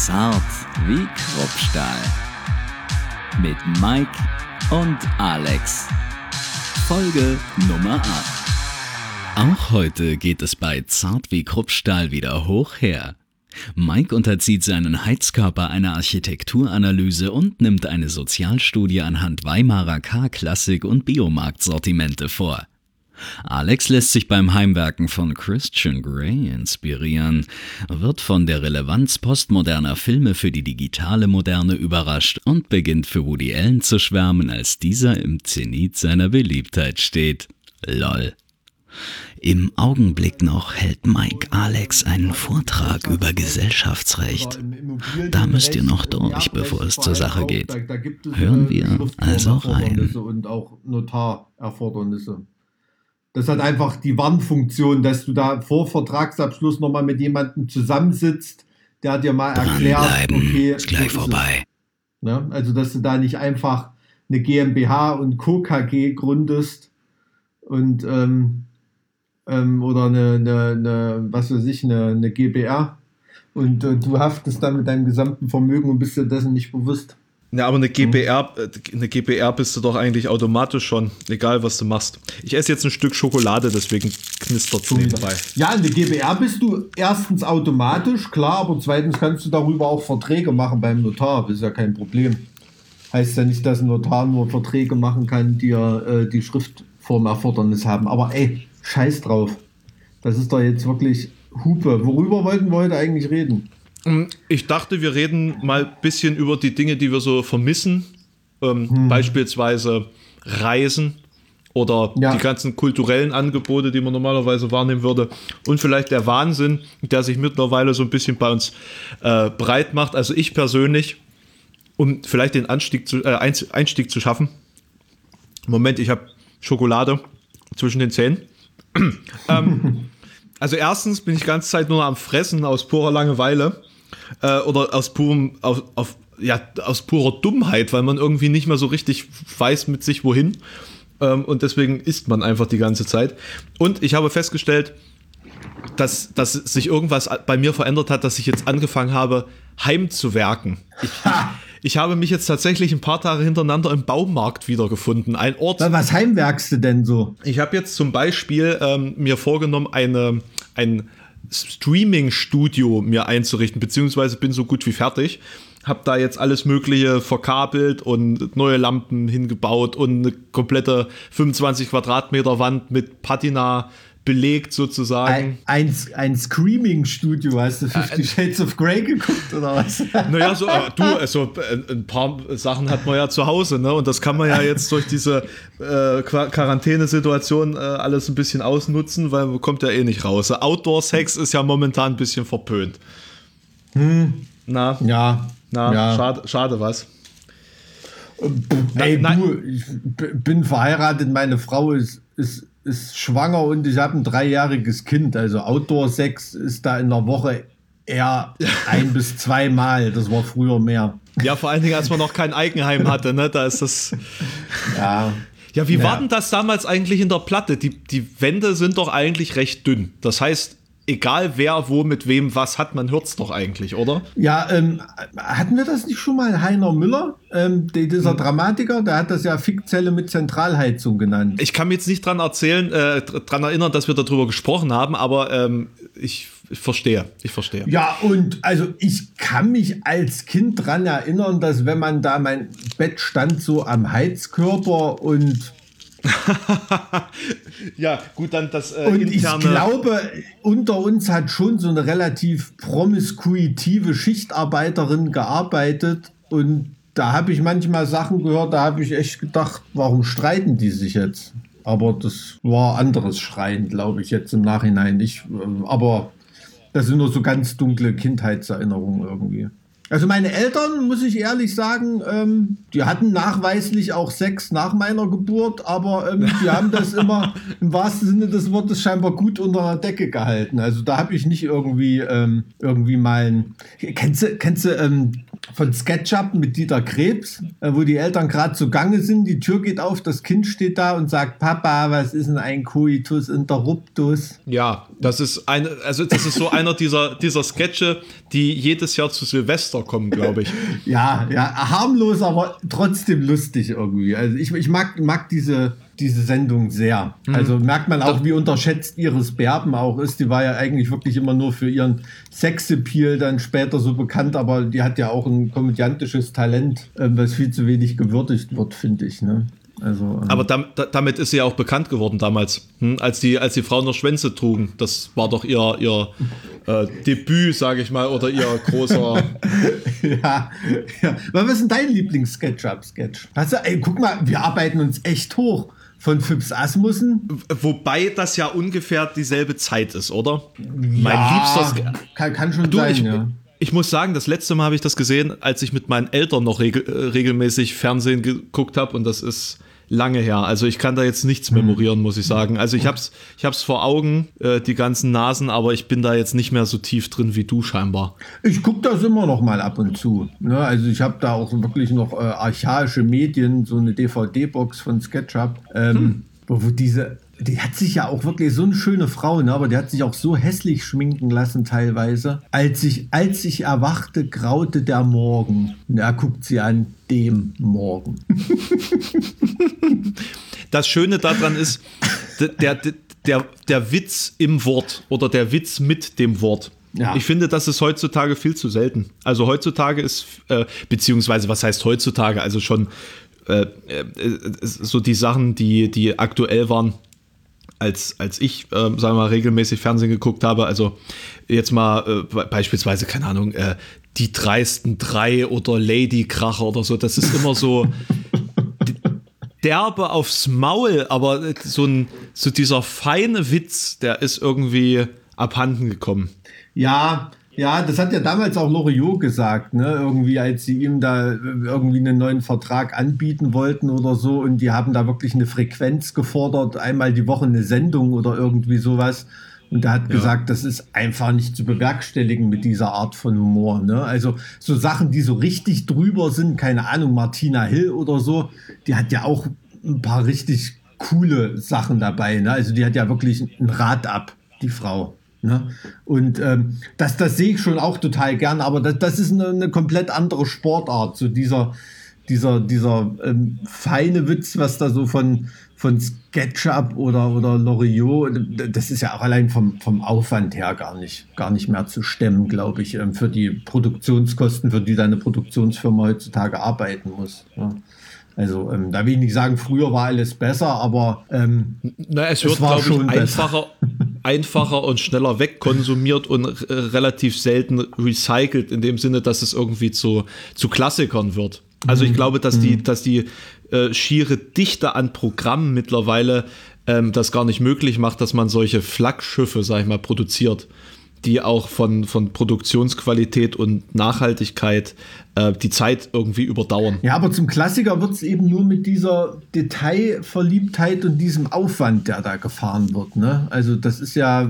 Zart wie Kruppstahl. Mit Mike und Alex. Folge Nummer 8. Auch heute geht es bei Zart wie Kruppstahl wieder hoch her. Mike unterzieht seinen Heizkörper einer Architekturanalyse und nimmt eine Sozialstudie anhand Weimarer K-Klassik und Biomarktsortimente vor. Alex lässt sich beim Heimwerken von Christian Grey inspirieren, wird von der Relevanz postmoderner Filme für die digitale Moderne überrascht und beginnt für Woody Allen zu schwärmen, als dieser im Zenit seiner Beliebtheit steht. LOL. Im Augenblick noch hält Mike Alex einen Vortrag über Gesellschaftsrecht. Da müsst ihr noch durch, bevor es zur Sache geht. Hören wir also rein. Und auch Notarerfordernisse. Das hat einfach die Warnfunktion, dass du da vor Vertragsabschluss nochmal mit jemandem zusammensitzt, der dir mal erklärt, okay, ist gleich vorbei. Ja, also, dass du da nicht einfach eine GmbH und Co. KG gründest und oder eine was weiß ich, eine GbR und du haftest dann mit deinem gesamten Vermögen und bist dir dessen nicht bewusst. Ja, aber eine GbR bist du doch eigentlich automatisch schon, egal was du machst. Ich esse jetzt ein Stück Schokolade, deswegen knistert es nebenbei. Ja, eine GbR bist du erstens automatisch, klar, aber zweitens kannst du darüber auch Verträge machen beim Notar, das ist ja kein Problem. Heißt ja nicht, dass ein Notar nur Verträge machen kann, die die Schriftformerfordernis haben. Aber ey, scheiß drauf. Das ist doch jetzt wirklich Hupe. Worüber wollten wir heute eigentlich reden? Ich dachte, wir reden mal ein bisschen über die Dinge, die wir so vermissen. Beispielsweise Reisen oder die ganzen kulturellen Angebote, die man normalerweise wahrnehmen würde. Und vielleicht der Wahnsinn, der sich mittlerweile so ein bisschen bei uns breit macht. Also ich persönlich, um vielleicht den Einstieg zu schaffen. Moment, ich habe Schokolade zwischen den Zähnen. Also erstens bin ich die ganze Zeit nur am Fressen aus purer Langeweile. Oder aus purer Dummheit, weil man irgendwie nicht mehr so richtig weiß mit sich wohin. Und deswegen isst man einfach die ganze Zeit. Und ich habe festgestellt, dass sich irgendwas bei mir verändert hat, dass ich jetzt angefangen habe, heimzuwerken. Ich habe mich jetzt tatsächlich ein paar Tage hintereinander im Baumarkt wiedergefunden. Ein Ort. Was heimwerkst du denn so? Ich habe jetzt zum Beispiel mir vorgenommen, ein Streaming-Studio mir einzurichten, beziehungsweise bin so gut wie fertig. Hab da jetzt alles Mögliche verkabelt und neue Lampen hingebaut und eine komplette 25 Quadratmeter Wand mit Patina belegt sozusagen. Ein Screaming-Studio, hast du 50 Shades of Grey geguckt oder was? Naja, ein paar Sachen hat man ja zu Hause, ne? Und das kann man ja jetzt durch diese Quarantänesituation alles ein bisschen ausnutzen, weil man kommt ja eh nicht raus. Outdoor-Sex ist ja momentan ein bisschen verpönt. Ja. Schade was. Ich bin verheiratet, meine Frau ist schwanger und ich habe ein 3-jähriges Kind. Also Outdoor-Sex ist da in der Woche eher 1 bis 2 Mal. Das war früher mehr. Ja, vor allen Dingen, als man noch kein Eigenheim hatte, ne? Da ist das... Ja, wie war denn das damals eigentlich in der Platte? Die Wände sind doch eigentlich recht dünn. Das heißt, egal wer wo mit wem was hat, man hört's doch eigentlich, oder? Ja, hatten wir das nicht schon mal? Heiner Müller, dieser Dramatiker, der hat das ja Fickzelle mit Zentralheizung genannt. Ich kann mich jetzt nicht dran erinnern, dass wir darüber gesprochen haben, aber ich verstehe. Ja, und also ich kann mich als Kind dran erinnern, dass wenn man da, mein Bett stand so am Heizkörper und ja, gut, dann das und interne... Ich glaube, unter uns hat schon so eine relativ promiskuitive Schichtarbeiterin gearbeitet und da habe ich manchmal Sachen gehört, da habe ich echt gedacht, warum streiten die sich jetzt? Aber das war anderes Schreien, glaube ich, jetzt im Nachhinein. Aber das sind nur so ganz dunkle Kindheitserinnerungen irgendwie. Also meine Eltern, muss ich ehrlich sagen, die hatten nachweislich auch Sex nach meiner Geburt, aber die haben das immer im wahrsten Sinne des Wortes scheinbar gut unter der Decke gehalten. Also da habe ich nicht irgendwie mal kennst du von SketchUp mit Dieter Krebs, wo die Eltern gerade zugange sind, die Tür geht auf, das Kind steht da und sagt, Papa, was ist denn ein Coitus interruptus? Ja, das ist so einer dieser Sketche, die jedes Jahr zu Silvester kommen, glaube ich. Ja, harmlos, aber trotzdem lustig irgendwie. Also ich mag diese Sendung sehr. Also merkt man auch, wie unterschätzt Iris Berben auch ist. Die war ja eigentlich wirklich immer nur für ihren Sexappeal dann später so bekannt, aber die hat ja auch ein komödiantisches Talent, was viel zu wenig gewürdigt wird, finde ich. Ne? Also, aber damit ist sie ja auch bekannt geworden damals, als die Frauen noch Schwänze trugen. Das war doch ihr Debüt, sage ich mal, oder ihr großer... ja. Was ist denn dein Lieblings-Sketch-Up-Sketch? Guck mal, wir arbeiten uns echt hoch. Von Phipps Asmussen. Wobei das ja ungefähr dieselbe Zeit ist, oder? Ja, mein liebster kann schon sein, Ich muss sagen, das letzte Mal habe ich das gesehen, als ich mit meinen Eltern noch regelmäßig Fernsehen geguckt habe, und das ist lange her. Also ich kann da jetzt nichts memorieren, muss ich sagen. Also ich hab's vor Augen, die ganzen Nasen, aber ich bin da jetzt nicht mehr so tief drin wie du scheinbar. Ich gucke das immer noch mal ab und zu. Ne? Also ich habe da auch wirklich noch archaische Medien, so eine DVD-Box von SketchUp, wo die hat sich ja auch wirklich so eine schöne Frau, ne? Aber die hat sich auch so hässlich schminken lassen teilweise. Als ich erwachte, graute der Morgen. Und er guckt sie an, dem Morgen. Das Schöne daran ist, der Witz im Wort oder der Witz mit dem Wort. Ja. Ich finde, das ist heutzutage viel zu selten. Also heutzutage ist, beziehungsweise was heißt heutzutage, also schon so die Sachen, die aktuell waren, als ich, sagen wir mal, regelmäßig Fernsehen geguckt habe, also jetzt mal beispielsweise, keine Ahnung, die dreisten 3 oder Ladykracher oder so, das ist immer so derbe aufs Maul, aber so dieser feine Witz, der ist irgendwie abhanden gekommen. Ja, das hat ja damals auch Loriot gesagt, ne? Irgendwie, als sie ihm da irgendwie einen neuen Vertrag anbieten wollten oder so, und die haben da wirklich eine Frequenz gefordert, einmal die Woche eine Sendung oder irgendwie sowas. Und er hat gesagt, das ist einfach nicht zu bewerkstelligen mit dieser Art von Humor. Ne? Also so Sachen, die so richtig drüber sind, keine Ahnung, Martina Hill oder so, die hat ja auch ein paar richtig coole Sachen dabei. Ne? Also die hat ja wirklich ein Rad ab, die Frau. Ne? Und das sehe ich schon auch total gern, aber das ist eine komplett andere Sportart. So dieser feine Witz, was da so von SketchUp oder Loriot, das ist ja auch allein vom Aufwand her gar nicht mehr zu stemmen, glaube ich, für die Produktionskosten, für die deine Produktionsfirma heutzutage arbeiten muss. Ja. Also da will ich nicht sagen, früher war alles besser, aber es wird, glaube ich, einfacher und schneller wegkonsumiert und relativ selten recycelt, in dem Sinne, dass es irgendwie zu Klassikern wird. Also ich glaube, dass die schiere Dichte an Programmen mittlerweile das gar nicht möglich macht, dass man solche Flaggschiffe, sag ich mal, produziert, die auch von Produktionsqualität und Nachhaltigkeit die Zeit irgendwie überdauern. Ja, aber zum Klassiker wird es eben nur mit dieser Detailverliebtheit und diesem Aufwand, der da gefahren wird. Ne? Also das ist ja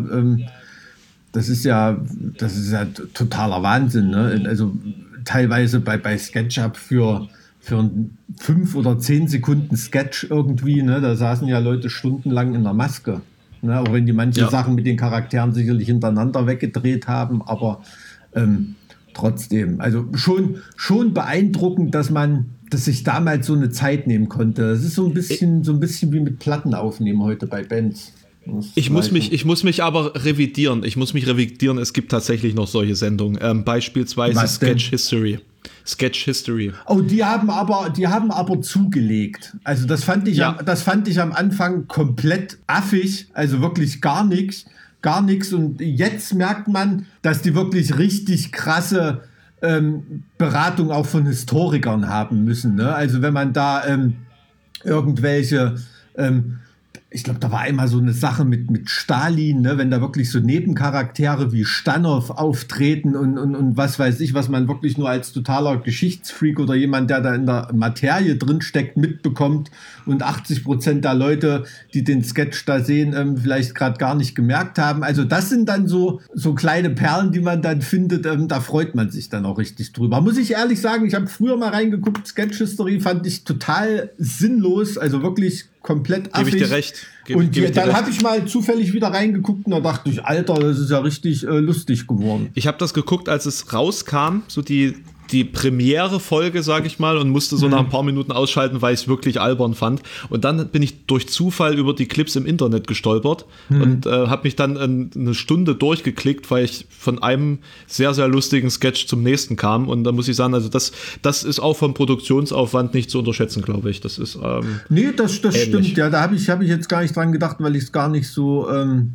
totaler Wahnsinn. Ne? Also teilweise bei SketchUp für einen 5 oder 10 Sekunden Sketch irgendwie, ne? Da saßen ja Leute stundenlang in der Maske. Ne? Auch wenn die manche Sachen mit den Charakteren sicherlich hintereinander weggedreht haben, aber trotzdem, also schon beeindruckend, dass sich damals so eine Zeit nehmen konnte. Das ist so ein bisschen wie mit Platten aufnehmen heute bei Bands. Ich muss mich aber revidieren. Es gibt tatsächlich noch solche Sendungen. Beispielsweise Sketch History. Oh, die haben aber zugelegt. Also das fand ich am Anfang komplett affig. Also wirklich gar nichts. Und jetzt merkt man, dass die wirklich richtig krasse Beratung auch von Historikern haben müssen. Ne? Also wenn man da irgendwelche ich glaube, da war einmal so eine Sache mit Stalin, ne, wenn da wirklich so Nebencharaktere wie Stanov auftreten und was weiß ich, was man wirklich nur als totaler Geschichtsfreak oder jemand, der da in der Materie drinsteckt, mitbekommt und 80% der Leute, die den Sketch da sehen, vielleicht gerade gar nicht gemerkt haben. Also das sind dann so kleine Perlen, die man dann findet, da freut man sich dann auch richtig drüber. Muss ich ehrlich sagen, ich habe früher mal reingeguckt, Sketch History fand ich total sinnlos, also wirklich komplett affig. Gebe ich dir recht. Dann habe ich mal zufällig wieder reingeguckt und da dachte ich, Alter, das ist ja richtig lustig geworden. Ich habe das geguckt, als es rauskam, so die Premiere-Folge, sage ich mal, und musste so nach ein paar Minuten ausschalten, weil ich es wirklich albern fand. Und dann bin ich durch Zufall über die Clips im Internet gestolpert und habe mich dann eine Stunde durchgeklickt, weil ich von einem sehr, sehr lustigen Sketch zum nächsten kam. Und da muss ich sagen, also das ist auch vom Produktionsaufwand nicht zu unterschätzen, glaube ich. Das ist nee, das stimmt. Ja, da habe ich jetzt gar nicht dran gedacht, weil ich es gar nicht so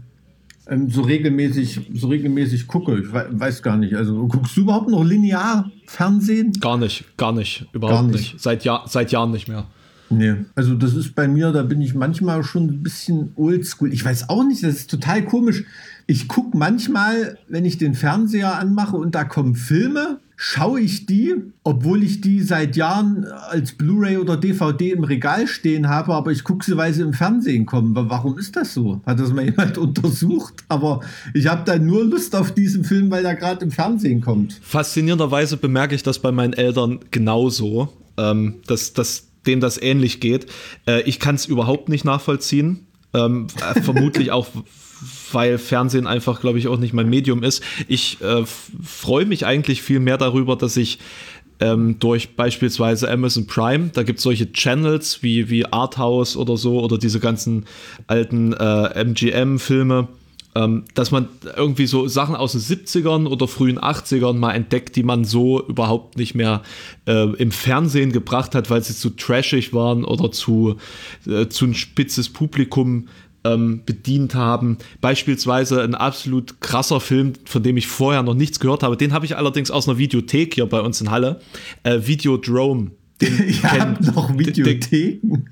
regelmäßig gucke. Ich weiß gar nicht. Also guckst du überhaupt noch linear Fernsehen? Gar nicht. Überhaupt nicht. Seit Jahren nicht mehr. Nee, also das ist bei mir, da bin ich manchmal schon ein bisschen oldschool. Ich weiß auch nicht, das ist total komisch. Ich gucke manchmal, wenn ich den Fernseher anmache und da kommen Filme, schaue ich die, obwohl ich die seit Jahren als Blu-ray oder DVD im Regal stehen habe, aber ich gucke sie, weil sie im Fernsehen kommen. Warum ist das so? Hat das mal jemand untersucht? Aber ich habe da nur Lust auf diesen Film, weil er gerade im Fernsehen kommt. Faszinierenderweise bemerke ich das bei meinen Eltern genauso, dass denen das ähnlich geht. Ich kann es überhaupt nicht nachvollziehen. Vermutlich auch, weil Fernsehen einfach, glaube ich, auch nicht mein Medium ist. Ich freue mich eigentlich viel mehr darüber, dass ich durch beispielsweise Amazon Prime, da gibt es solche Channels wie Arthouse oder so oder diese ganzen alten MGM-Filme, dass man irgendwie so Sachen aus den 70ern oder frühen 80ern mal entdeckt, die man so überhaupt nicht mehr im Fernsehen gebracht hat, weil sie zu trashig waren oder zu ein spitzes Publikum bedient haben. Beispielsweise ein absolut krasser Film, von dem ich vorher noch nichts gehört habe. Den habe ich allerdings aus einer Videothek hier bei uns in Halle. Videodrome. Ihr habt noch Videotheken?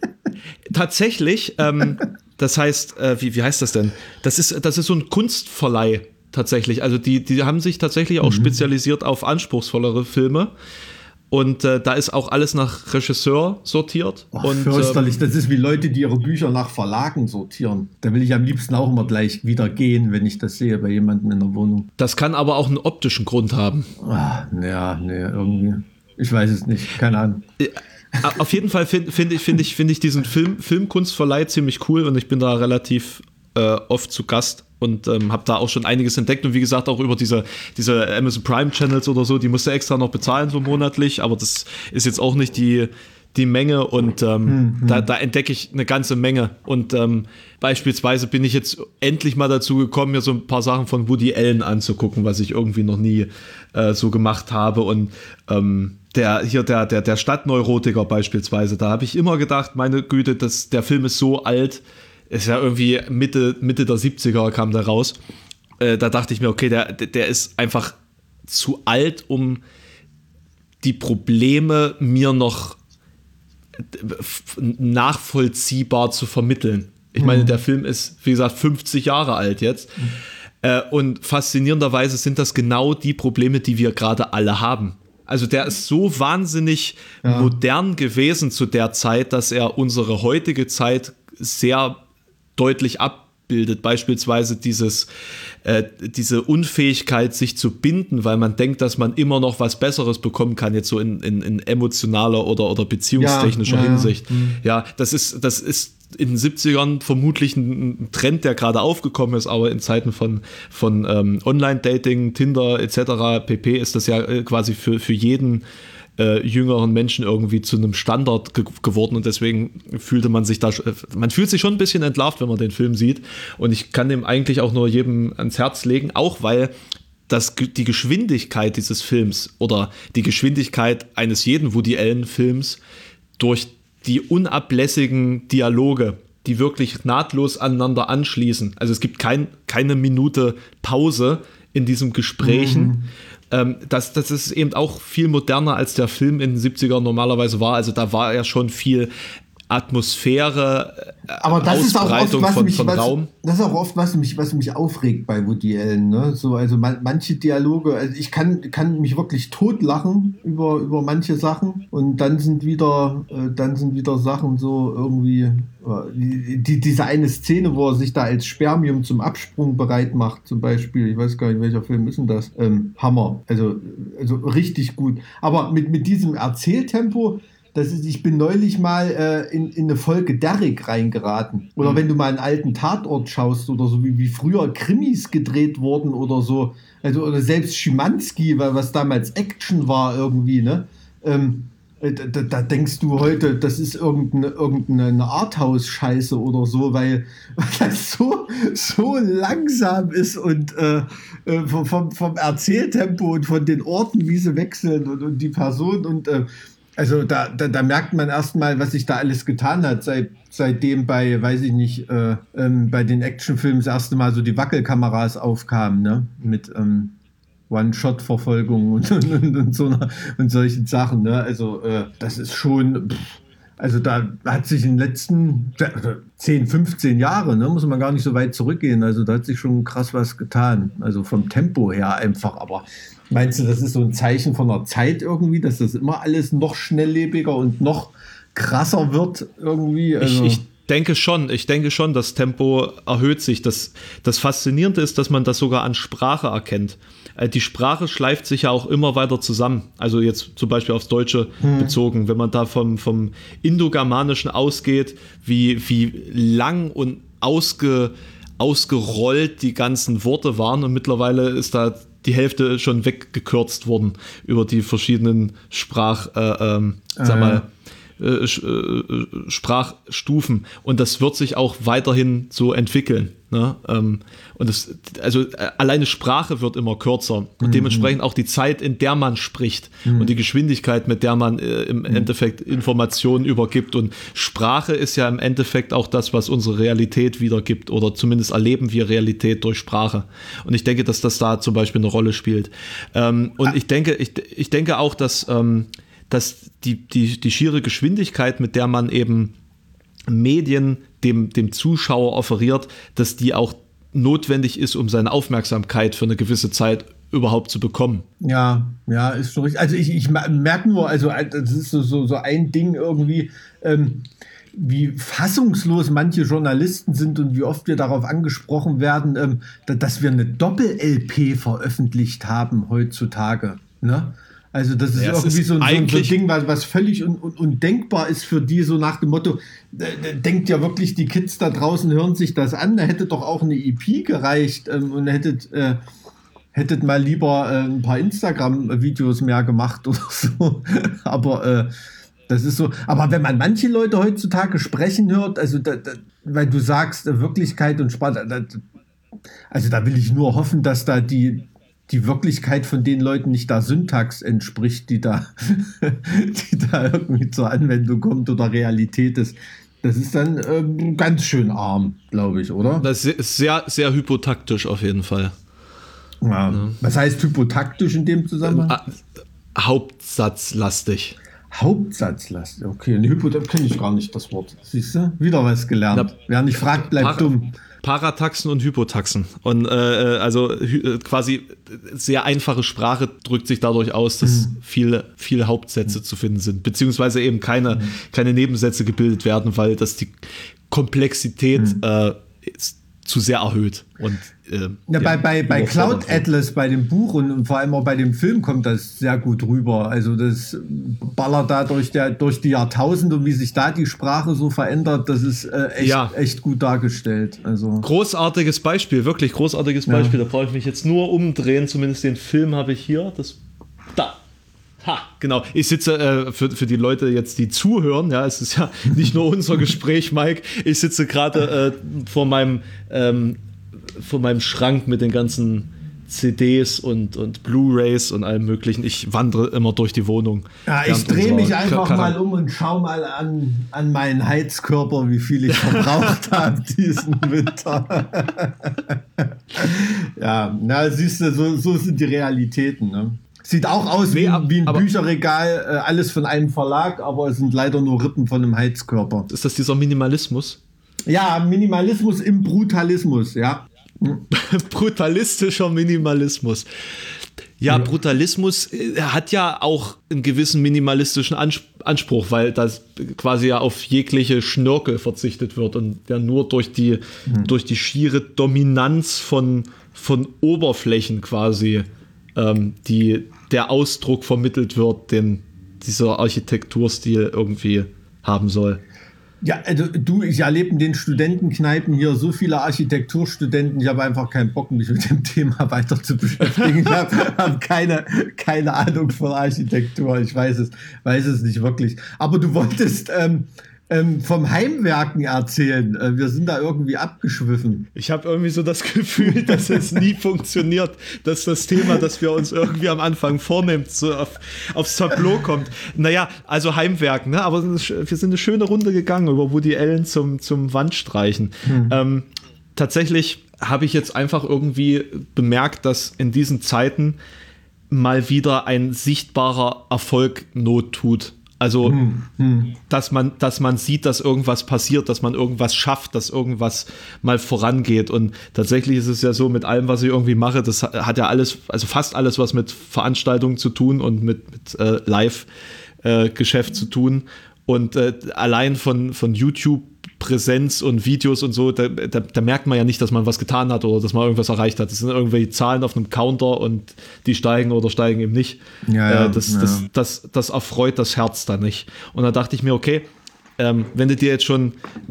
Tatsächlich. Das heißt, wie heißt das denn? Das ist so ein Kunstverleih tatsächlich. Also die haben sich tatsächlich auch spezialisiert auf anspruchsvollere Filme. Und da ist auch alles nach Regisseur sortiert. Und fürchterlich, das ist wie Leute, die ihre Bücher nach Verlagen sortieren. Da will ich am liebsten auch immer gleich wieder gehen, wenn ich das sehe bei jemandem in der Wohnung. Das kann aber auch einen optischen Grund haben. Nee, irgendwie. Ich weiß es nicht, keine Ahnung. Auf jeden Fall finde ich diesen Filmkunstverleih ziemlich cool und ich bin da relativ oft zu Gast und habe da auch schon einiges entdeckt und wie gesagt auch über diese Amazon Prime Channels oder so, die musst du extra noch bezahlen so monatlich, aber das ist jetzt auch nicht die Menge und da entdecke ich eine ganze Menge und beispielsweise bin ich jetzt endlich mal dazu gekommen, mir so ein paar Sachen von Woody Allen anzugucken, was ich irgendwie noch nie so gemacht habe und der Stadtneurotiker beispielsweise, da habe ich immer gedacht, meine Güte, der Film ist so alt, ist ja irgendwie Mitte der 70er kam der raus. Da dachte ich mir, okay, der ist einfach zu alt, um die Probleme mir noch nachvollziehbar zu vermitteln. Ich meine, der Film ist, wie gesagt, 50 Jahre alt jetzt. Und faszinierenderweise sind das genau die Probleme, die wir gerade alle haben. Also der ist so wahnsinnig modern gewesen zu der Zeit, dass er unsere heutige Zeit sehr deutlich abbildet. Beispielsweise diese Unfähigkeit, sich zu binden, weil man denkt, dass man immer noch was Besseres bekommen kann, jetzt so in emotionaler oder beziehungstechnischer Hinsicht. Ja, das ist in den 70ern vermutlich ein Trend, der gerade aufgekommen ist, aber in Zeiten von Online-Dating, Tinder etc. pp. Ist das ja quasi für jeden jüngeren Menschen irgendwie zu einem Standard geworden und deswegen man fühlt sich schon ein bisschen entlarvt, wenn man den Film sieht und ich kann dem eigentlich auch nur jedem ans Herz legen, auch weil die Geschwindigkeit dieses Films oder die Geschwindigkeit eines jeden Woody Allen Films durch die unablässigen Dialoge, die wirklich nahtlos aneinander anschließen. Also es gibt keine Minute Pause in diesen Gesprächen. Das ist eben auch viel moderner, als der Film in den 70ern normalerweise war. Also da war ja schon viel Atmosphäre, aber das Ausbreitung von Raum. Das ist auch oft, was mich aufregt bei Woody Allen. Ne? So, also manche Dialoge, also ich kann mich wirklich totlachen über manche Sachen und dann sind wieder Sachen so irgendwie, diese eine Szene, wo er sich da als Spermium zum Absprung bereit macht, zum Beispiel, ich weiß gar nicht, welcher Film ist denn das? Hammer, also richtig gut. Aber mit diesem Erzähltempo, ich bin neulich mal in eine Folge Derrick reingeraten. Oder wenn du mal einen alten Tatort schaust oder so, wie früher Krimis gedreht wurden oder so. Also, oder selbst Schimanski, was damals Action war irgendwie, ne? Da denkst du heute, das ist irgendeine Arthouse-Scheiße oder so, weil das so langsam ist und vom Erzähltempo und von den Orten, wie sie wechseln und die Personen und also da merkt man erstmal, was sich da alles getan hat, seitdem bei, weiß ich nicht, bei den Actionfilmen das erste Mal so die Wackelkameras aufkamen, ne? Mit One-Shot-Verfolgung und solchen Sachen, ne? Also das ist schon, also da hat sich in den letzten 10, 15 Jahren, ne, muss man gar nicht so weit zurückgehen, also da hat sich schon krass was getan, also vom Tempo her einfach, aber meinst du, das ist so ein Zeichen von der Zeit irgendwie, dass das immer alles noch schnelllebiger und noch krasser wird irgendwie? Also ich denke schon, das Tempo erhöht sich. Das Faszinierende ist, dass man das sogar an Sprache erkennt. Die Sprache schleift sich ja auch immer weiter zusammen. Also jetzt zum Beispiel aufs Deutsche bezogen. Wenn man da vom Indogermanischen ausgeht, wie lang und ausgerollt die ganzen Worte waren und mittlerweile ist da die Hälfte schon weggekürzt worden über die verschiedenen Sprachstufen und das wird sich auch weiterhin so entwickeln. Ne? Und alleine Sprache wird immer kürzer und dementsprechend auch die Zeit, in der man spricht und die Geschwindigkeit, mit der man im Endeffekt Informationen übergibt. Und Sprache ist ja im Endeffekt auch das, was unsere Realität wiedergibt oder zumindest erleben wir Realität durch Sprache. Und ich denke, dass das da zum Beispiel eine Rolle spielt. Und ich denke auch, dass die schiere Geschwindigkeit, mit der man eben Medien dem Zuschauer offeriert, dass die auch notwendig ist, um seine Aufmerksamkeit für eine gewisse Zeit überhaupt zu bekommen. Ja, ist schon richtig. Also ich merke nur, also das ist so ein Ding irgendwie, wie fassungslos manche Journalisten sind und wie oft wir darauf angesprochen werden, dass wir eine Doppel-LP veröffentlicht haben heutzutage, ne? Also das ist irgendwie so ein Ding, was völlig undenkbar ist für die, so nach dem Motto, denkt ja wirklich, die Kids da draußen hören sich das an, da hätte doch auch eine EP gereicht und hättet mal lieber ein paar Instagram-Videos mehr gemacht oder so. Aber das ist so. Aber wenn man manche Leute heutzutage sprechen hört, also weil du sagst, Wirklichkeit und Sprache, also da will ich nur hoffen, dass da die Wirklichkeit von den Leuten nicht der Syntax entspricht, die da irgendwie zur Anwendung kommt oder Realität ist. Das ist dann ganz schön arm, glaube ich, oder? Das ist sehr, sehr hypotaktisch auf jeden Fall. Ja. Was heißt hypotaktisch in dem Zusammenhang? Hauptsatzlastig. Hauptsatzlastig, okay. Hypotaktisch kenne ich gar nicht, das Wort. Siehst du? Wieder was gelernt. Wer nicht fragt, bleibt dumm. Parataxen und Hypotaxen. Und quasi sehr einfache Sprache drückt sich dadurch aus, dass viele Hauptsätze zu finden sind, beziehungsweise eben keine Nebensätze gebildet werden, weil das die Komplexität zu sehr erhöht. Und, bei Cloud Atlas, bei dem Buch und vor allem auch bei dem Film kommt das sehr gut rüber. Also das ballert da durch die Jahrtausende und wie sich da die Sprache so verändert, das ist echt gut dargestellt. Also großartiges Beispiel, wirklich großartiges Beispiel. Da brauche ich mich jetzt nur umdrehen, zumindest den Film habe ich hier. Da. Ha, genau. Ich sitze für die Leute jetzt, die zuhören, ja, es ist ja nicht nur unser Gespräch, Mike. Ich sitze gerade vor meinem Schrank mit den ganzen CDs und Blu-rays und allem möglichen. Ich wandere immer durch die Wohnung. Ja, ich drehe mich einfach mal um und schaue mal an meinen Heizkörper, wie viel ich verbraucht habe diesen Winter. Ja, siehst du, so sind die Realitäten, ne? Sieht auch aus wie ein Bücherregal, alles von einem Verlag, aber es sind leider nur Rippen von einem Heizkörper. Ist das dieser Minimalismus? Ja, Minimalismus im Brutalismus, ja. Brutalistischer Minimalismus. Ja, Brutalismus hat ja auch einen gewissen minimalistischen Anspruch, weil das quasi ja auf jegliche Schnörkel verzichtet wird und ja nur durch die schiere Dominanz von Oberflächen quasi der Ausdruck vermittelt wird, den dieser Architekturstil irgendwie haben soll. Ja, also ich erlebe in den Studentenkneipen hier so viele Architekturstudenten, ich habe einfach keinen Bock, mich mit dem Thema weiter zu beschäftigen. Ich habe keine Ahnung von Architektur, ich weiß es nicht wirklich. Aber du wolltest vom Heimwerken erzählen. Wir sind da irgendwie abgeschwiffen. Ich habe irgendwie so das Gefühl, dass es nie funktioniert, dass das Thema, das wir uns irgendwie am Anfang vornehmen, so aufs Tableau kommt. Naja, also Heimwerken, ne? Aber wir sind eine schöne Runde gegangen über Woody Allen zum Wandstreichen. Tatsächlich habe ich jetzt einfach irgendwie bemerkt, dass in diesen Zeiten mal wieder ein sichtbarer Erfolg Not tut. Also, dass man sieht, dass irgendwas passiert, dass man irgendwas schafft, dass irgendwas mal vorangeht. Und tatsächlich ist es ja so, mit allem, was ich irgendwie mache, das hat ja alles, also fast alles, was mit Veranstaltungen zu tun und mit Live-Geschäft zu tun. Und allein von YouTube-Präsenz und Videos und so, da merkt man ja nicht, dass man was getan hat oder dass man irgendwas erreicht hat. Das sind irgendwelche Zahlen auf einem Counter und die steigen oder steigen eben nicht. Das erfreut das Herz da nicht. Und da dachte ich mir, okay, wenn du dir jetzt schon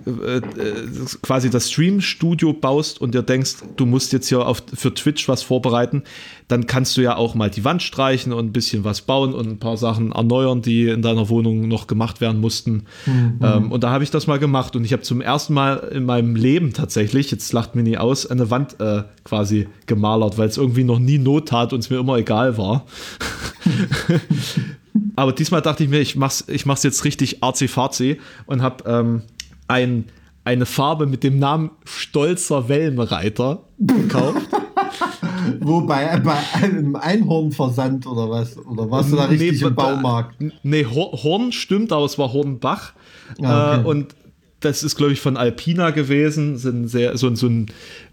quasi das Stream-Studio baust und dir denkst, du musst jetzt hier für Twitch was vorbereiten, dann kannst du ja auch mal die Wand streichen und ein bisschen was bauen und ein paar Sachen erneuern, die in deiner Wohnung noch gemacht werden mussten. Und da habe ich das mal gemacht und ich habe zum ersten Mal in meinem Leben tatsächlich, jetzt lacht Mini aus, eine Wand quasi gemalert, weil es irgendwie noch nie Not tat und es mir immer egal war. Aber diesmal dachte ich mir, ich mach's jetzt richtig arzi-fazi und habe eine Farbe mit dem Namen Stolzer Wellenreiter gekauft. Bei einem Einhornversand oder was? Oder warst du da richtig im Baumarkt? Nee, Horn stimmt, aber es war Hornbach. Okay. Und das ist, glaube ich, von Alpina gewesen. So ein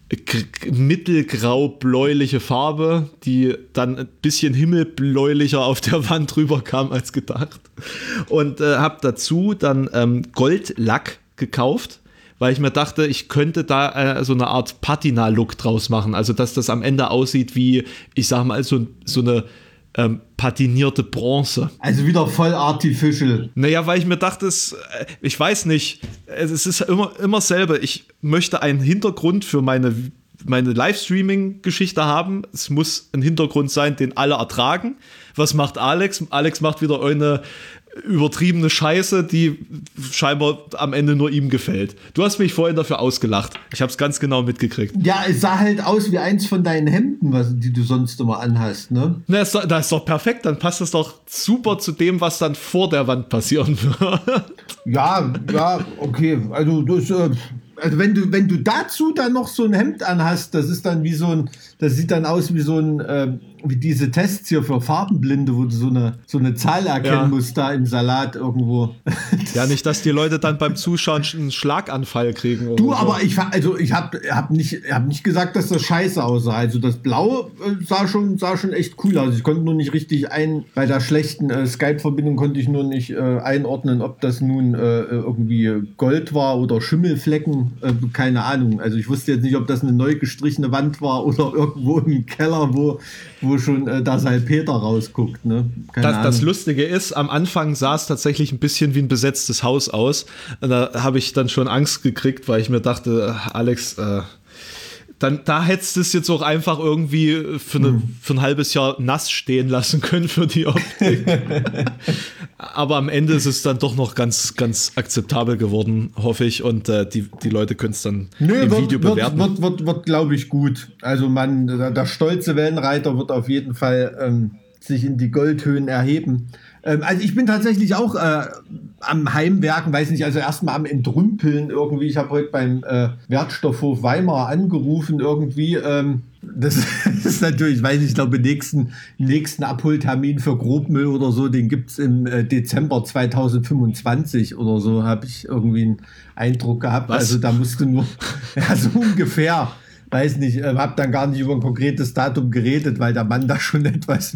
mittelgrau-bläuliche Farbe, die dann ein bisschen himmelbläulicher auf der Wand rüberkam als gedacht. Und habe dazu dann Goldlack gekauft, weil ich mir dachte, ich könnte da so eine Art Patina-Look draus machen. Also, dass das am Ende aussieht wie, ich sag mal, so eine patinierte Bronze. Also wieder voll artificial. Naja, weil ich mir dachte, ich weiß nicht, es ist immer dasselbe. Ich möchte einen Hintergrund für meine Livestreaming-Geschichte haben. Es muss ein Hintergrund sein, den alle ertragen. Was macht Alex? Alex macht wieder eine übertriebene Scheiße, die scheinbar am Ende nur ihm gefällt. Du hast mich vorhin dafür ausgelacht. Ich habe es ganz genau mitgekriegt. Ja, es sah halt aus wie eins von deinen Hemden, die du sonst immer anhast, ne? Na, das ist doch perfekt. Dann passt es doch super zu dem, was dann vor der Wand passieren wird. Ja, okay. Also wenn du dazu dann noch so ein Hemd anhast, das ist dann das sieht dann aus wie diese Tests hier für Farbenblinde, wo du so eine Zahl erkennen musst da im Salat irgendwo. Ja, nicht, dass die Leute dann beim Zuschauen einen Schlaganfall kriegen. Oder du, so. Aber ich hab nicht gesagt, dass das scheiße aussah. Also das Blau sah schon echt cool aus. Ich konnte nur nicht richtig bei der schlechten Skype-Verbindung konnte ich nur nicht einordnen, ob das nun irgendwie Gold war oder Schimmelflecken. Keine Ahnung. Also ich wusste jetzt nicht, ob das eine neu gestrichene Wand war oder irgendwo im Keller, wo schon der Salpeter rausguckt. Ne? Das Lustige ist, am Anfang sah es tatsächlich ein bisschen wie ein besetztes Haus aus. Und da habe ich dann schon Angst gekriegt, weil ich mir dachte, Alex, da hättest du es jetzt auch einfach irgendwie für ein halbes Jahr nass stehen lassen können für die Optik. Aber am Ende ist es dann doch noch ganz, ganz akzeptabel geworden, hoffe ich. Und die Leute können es dann im Video bewerten. Wird glaube ich, gut. Also der stolze Wellenreiter wird auf jeden Fall sich in die Goldhöhen erheben. Also ich bin tatsächlich auch am Heimwerken, weiß nicht, also erstmal am Entrümpeln irgendwie. Ich habe heute beim Wertstoffhof Weimar angerufen irgendwie. Das ist natürlich, weiß ich glaube, nächsten Abholtermin für Grobmüll oder so, den gibt es im Dezember 2025 oder so, habe ich irgendwie einen Eindruck gehabt. Was? Also da musste nur, ja, so ungefähr. Weiß nicht, habe dann gar nicht über ein konkretes Datum geredet, weil der Mann da schon etwas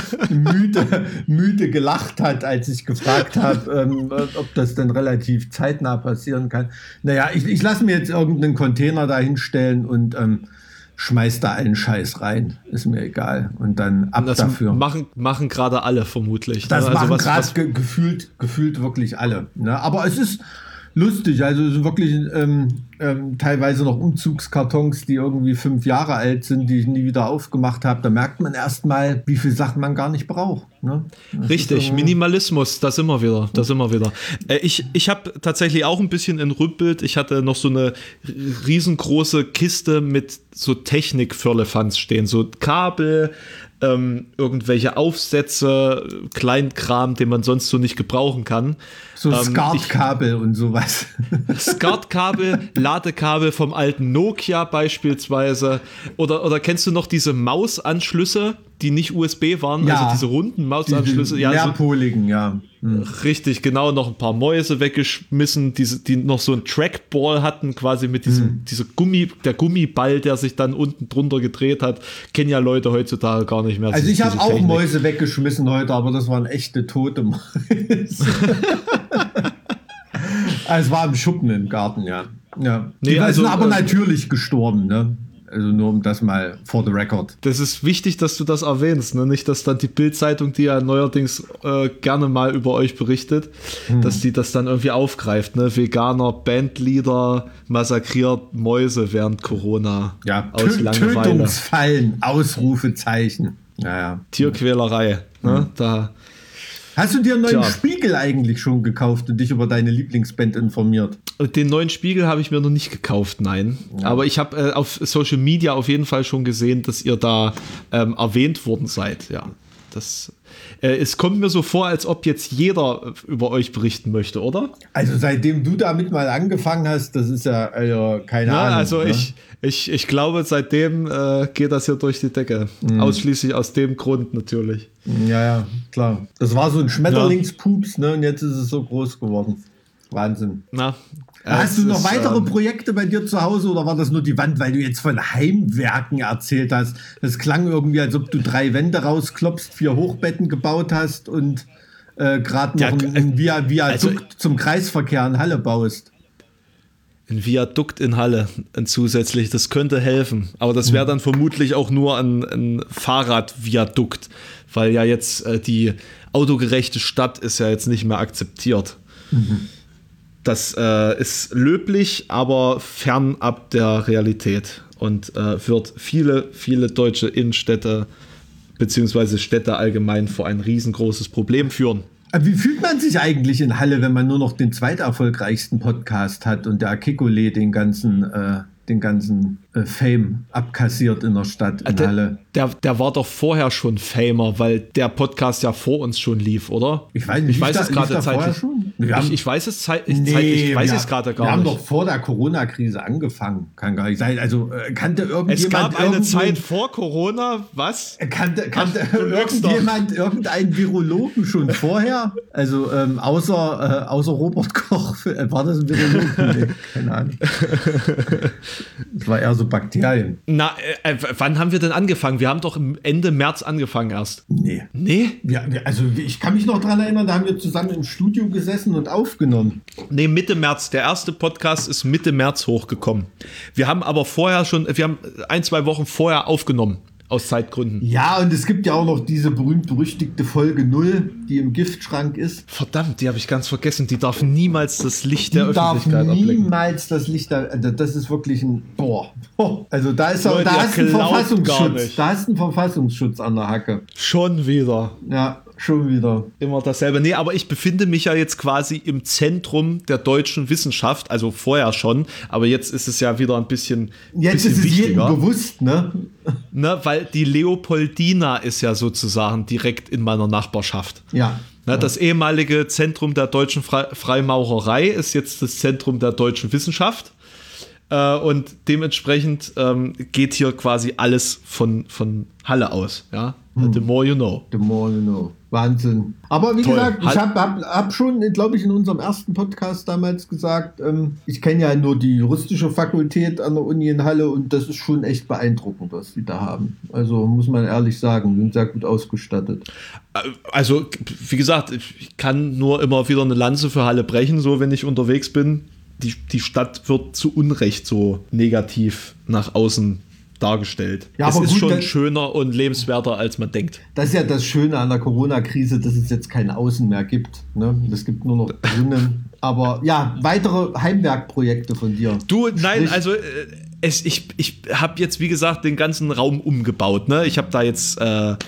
müde gelacht hat, als ich gefragt habe, ob das dann relativ zeitnah passieren kann. Naja, ich lasse mir jetzt irgendeinen Container da hinstellen und schmeiß da allen Scheiß rein. Ist mir egal. Und dann ab das dafür. Machen gerade alle vermutlich. Das ne? machen also gerade gefühlt wirklich alle. Ne? Aber es ist lustig, also es sind wirklich teilweise noch Umzugskartons, die irgendwie 5 Jahre alt sind, die ich nie wieder aufgemacht habe. Da merkt man erstmal, wie viele Sachen man gar nicht braucht. Ne? Richtig, Minimalismus, da sind wir wieder. Ich habe tatsächlich auch ein bisschen entrümpelt. Ich hatte noch so eine riesengroße Kiste mit so Technik-Firlefanz stehen, so Kabel, irgendwelche Aufsätze, Kleinkram, den man sonst so nicht gebrauchen kann. So SCART-Kabel und sowas. SCART-Kabel, Ladekabel vom alten Nokia beispielsweise. Oder kennst du noch diese Mausanschlüsse, die nicht USB waren? Ja, also diese runden Mausanschlüsse. Ja, mehrpoligen, ja. Richtig, genau, noch ein paar Mäuse weggeschmissen, die noch so ein Trackball hatten, quasi mit der Gummiball, der sich dann unten drunter gedreht hat. Kennen ja Leute heutzutage gar nicht mehr. Also ich habe auch Mäuse weggeschmissen heute, aber das waren echte tote Mäuse. Also es war im Schuppen im Garten, ja. Die sind aber natürlich gestorben, ne? Also nur um das mal for the record. Das ist wichtig, dass du das erwähnst, ne? Nicht, dass dann die Bild-Zeitung, die ja neuerdings gerne mal über euch berichtet, dass die das dann irgendwie aufgreift. Ne? Veganer Bandleader massakriert Mäuse während Corona. Ja, aus Langeweile. Tötungsfallen, Ausrufezeichen. Ja. Tierquälerei. Ne? Da. Hast du dir einen neuen Spiegel eigentlich schon gekauft und dich über deine Lieblingsband informiert? Den neuen Spiegel habe ich mir noch nicht gekauft, nein. Ja. Aber ich habe auf Social Media auf jeden Fall schon gesehen, dass ihr da erwähnt worden seid. Ja, es kommt mir so vor, als ob jetzt jeder über euch berichten möchte, oder? Also seitdem du damit mal angefangen hast, das ist ja keine Ahnung. Also ne? ich glaube, seitdem geht das hier durch die Decke. Ausschließlich aus dem Grund natürlich. Ja, klar. Das war so ein Schmetterlingspups, ne? Und jetzt ist es so groß geworden. Wahnsinn. Hast du noch weitere Projekte bei dir zu Hause oder war das nur die Wand, weil du jetzt von Heimwerken erzählt hast? Das klang irgendwie, als ob du 3 Wände rausklopfst, 4 Hochbetten gebaut hast und gerade noch ein Viadukt zum Kreisverkehr in Halle baust. Ein Viadukt in Halle, ein zusätzlich, das könnte helfen. Aber das wäre dann vermutlich auch nur ein Fahrradviadukt, weil ja jetzt die autogerechte Stadt ist ja jetzt nicht mehr akzeptiert. Das ist löblich, aber fernab der Realität und wird viele deutsche Innenstädte beziehungsweise Städte allgemein vor ein riesengroßes Problem führen. Wie fühlt man sich eigentlich in Halle, wenn man nur noch den zweiterfolgreichsten Podcast hat und der Kikole den ganzen Fame abkassiert in der Stadt in Halle? Der war doch vorher schon Famer, weil der Podcast ja vor uns schon lief, oder? Ich weiß nicht, ich weiß es gerade zeitlich. Ich weiß es zeitlich gerade gar nicht. Wir haben doch vor der Corona-Krise angefangen. Kann gar nicht sein. Also kannte irgendjemand... Es gab eine Zeit vor Corona, was? Kannte irgendjemand irgendeinen Virologen schon vorher? Also außer Robert Koch. War das ein Virologe? Nee, keine Ahnung. Das war eher so Bakterien. Wann haben wir denn angefangen? Wir haben doch Ende März angefangen erst. Nee? Ja, also ich kann mich noch daran erinnern, da haben wir zusammen im Studio gesessen und aufgenommen. Nee, Mitte März. Der erste Podcast ist Mitte März hochgekommen. Wir haben aber wir haben 1-2 Wochen vorher aufgenommen. Aus Zeitgründen. Ja, und es gibt ja auch noch diese berühmt-berüchtigte Folge 0, die im Giftschrank ist. Verdammt, die habe ich ganz vergessen. Die darf niemals das Licht der Öffentlichkeit abblicken. Niemals das Licht das ist wirklich ein... Also da ist da hast du einen Verfassungsschutz. Da hast du einen Verfassungsschutz an der Hacke. Schon wieder. Ja, Schon wieder. Immer dasselbe. Nee, aber ich befinde mich ja jetzt quasi im Zentrum der deutschen Wissenschaft, also vorher schon, aber jetzt ist es ja wieder ein bisschen Jetzt ist es jedem bewusst, ne? Weil die Leopoldina ist ja sozusagen direkt in meiner Nachbarschaft. Ja. Das ehemalige Zentrum der deutschen Freimaurerei ist jetzt das Zentrum der deutschen Wissenschaft. Und dementsprechend geht hier quasi alles von Halle aus. Ja? The more you know. The more you know. Wahnsinn. Aber wie gesagt, ich hab schon, glaube ich, in unserem ersten Podcast damals gesagt, ich kenne ja nur die juristische Fakultät an der Uni in Halle und das ist schon echt beeindruckend, was die da haben. Also muss man ehrlich sagen, sind sehr gut ausgestattet. Also, wie gesagt, ich kann nur immer wieder eine Lanze für Halle brechen, so wenn ich unterwegs bin. Die Stadt wird zu Unrecht so negativ nach außen dargestellt. Ja, es ist gut, schon schöner und lebenswerter, als man denkt. Das ist ja das Schöne an der Corona-Krise, dass es jetzt kein Außen mehr gibt. Ne? Es gibt nur noch drinnen. Aber ja, weitere Heimwerkprojekte von dir. Nein, also ich habe jetzt, wie gesagt, den ganzen Raum umgebaut. Ne? Ich habe da jetzt also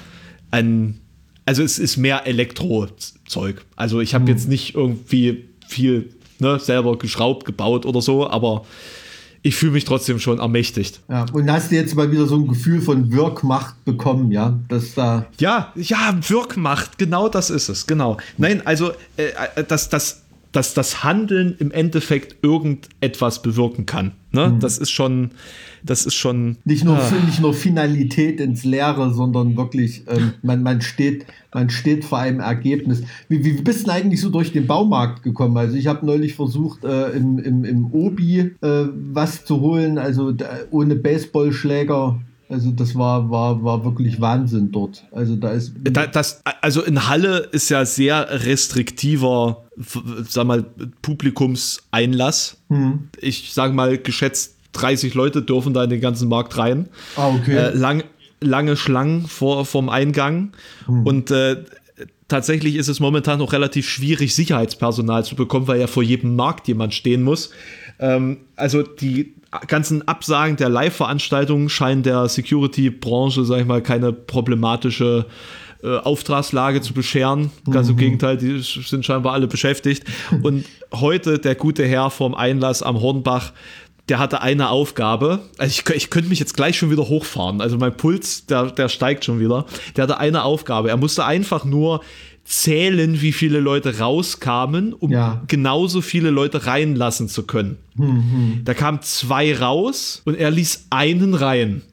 es ist mehr Elektrozeug. Also ich habe jetzt nicht irgendwie viel selber geschraubt, gebaut oder so, aber ich fühle mich trotzdem schon ermächtigt. Ja, und hast du jetzt mal wieder so ein Gefühl von Wirkmacht bekommen, ja? Dass da ja, Wirkmacht, genau das ist es, genau. Nein, also, dass das Handeln im Endeffekt irgendetwas bewirken kann. Ne? Das ist schon nicht nur Finalität ins Leere, sondern wirklich man steht vor einem Ergebnis. Wie bist du eigentlich so durch den Baumarkt gekommen? Also ich habe neulich versucht im Obi was zu holen, also ohne Baseballschläger. Also das war wirklich Wahnsinn dort. Also da ist also in Halle ist ja sehr restriktiver, sag mal, Publikumseinlass. Ich sage mal geschätzt 30 Leute dürfen da in den ganzen Markt rein. Okay. Lange Schlangen vorm Eingang. Und tatsächlich ist es momentan noch relativ schwierig, Sicherheitspersonal zu bekommen, weil ja vor jedem Markt jemand stehen muss. Also die ganzen Absagen der Live-Veranstaltungen scheinen der Security-Branche, sag ich mal, keine problematische Auftragslage zu bescheren. Ganz im Gegenteil, die sind scheinbar alle beschäftigt. Und heute der gute Herr vorm Einlass am Hornbach, der hatte eine Aufgabe, also ich könnte mich jetzt gleich schon wieder hochfahren, also mein Puls, der steigt schon wieder. Der hatte eine Aufgabe, er musste einfach nur zählen, wie viele Leute rauskamen, um genauso viele Leute reinlassen zu können. Da kamen 2 raus und er ließ einen rein.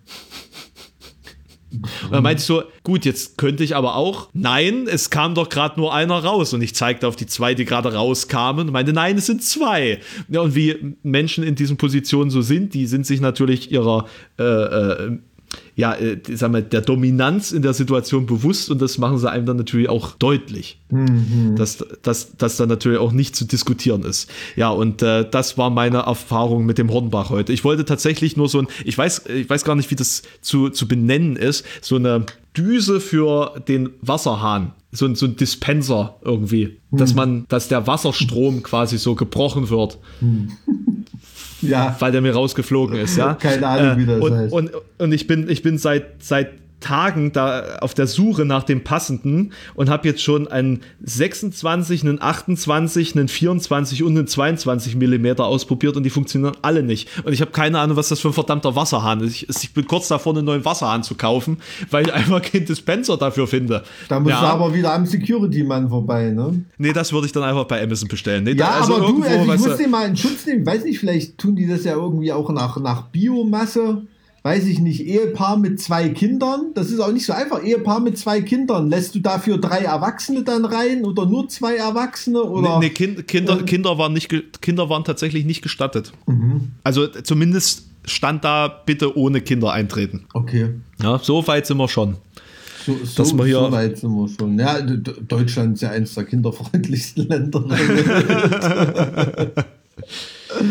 Und dann meinte ich so, gut, jetzt könnte ich aber auch, nein, es kam doch gerade nur einer raus. Und ich zeigte auf die 2, die gerade rauskamen und meinte, nein, es sind 2. Ja, und wie Menschen in diesen Positionen so sind, die sind sich natürlich ihrer sagen wir, der Dominanz in der Situation bewusst und das machen sie einem dann natürlich auch deutlich, dass da natürlich auch nicht zu diskutieren ist. Ja, und das war meine Erfahrung mit dem Hornbach heute. Ich wollte tatsächlich nur so ich weiß gar nicht, wie das zu benennen ist, so eine Düse für den Wasserhahn, so ein Dispenser irgendwie, dass der Wasserstrom quasi so gebrochen wird. Ja. Weil der mir rausgeflogen ist, ja. Keine Ahnung, wie das heißt. Und ich bin seit Tagen da auf der Suche nach dem Passenden und habe jetzt schon einen 26, einen 28, einen 24 und einen 22 Millimeter ausprobiert und die funktionieren alle nicht. Und ich habe keine Ahnung, was das für ein verdammter Wasserhahn ist. Ich bin kurz davor, einen neuen Wasserhahn zu kaufen, weil ich einfach keinen Dispenser dafür finde. Da musst du aber wieder am Security-Mann vorbei, ne? Nee, das würde ich dann einfach bei Amazon bestellen. Nee, ja, also aber ich muss den mal in Schutz nehmen. Weiß nicht, vielleicht tun die das ja irgendwie auch nach Biomasse. Weiß ich nicht, Ehepaar mit 2 Kindern, das ist auch nicht so einfach, Ehepaar mit 2 Kindern, lässt du dafür 3 Erwachsene dann rein oder nur 2 Erwachsene? Oder? Nee, Kinder waren tatsächlich nicht gestattet. Also zumindest stand da, bitte ohne Kinder eintreten. Okay. Ja, so weit sind wir schon. So weit sind wir schon. Ja, Deutschland ist ja eines der kinderfreundlichsten Länder der Welt.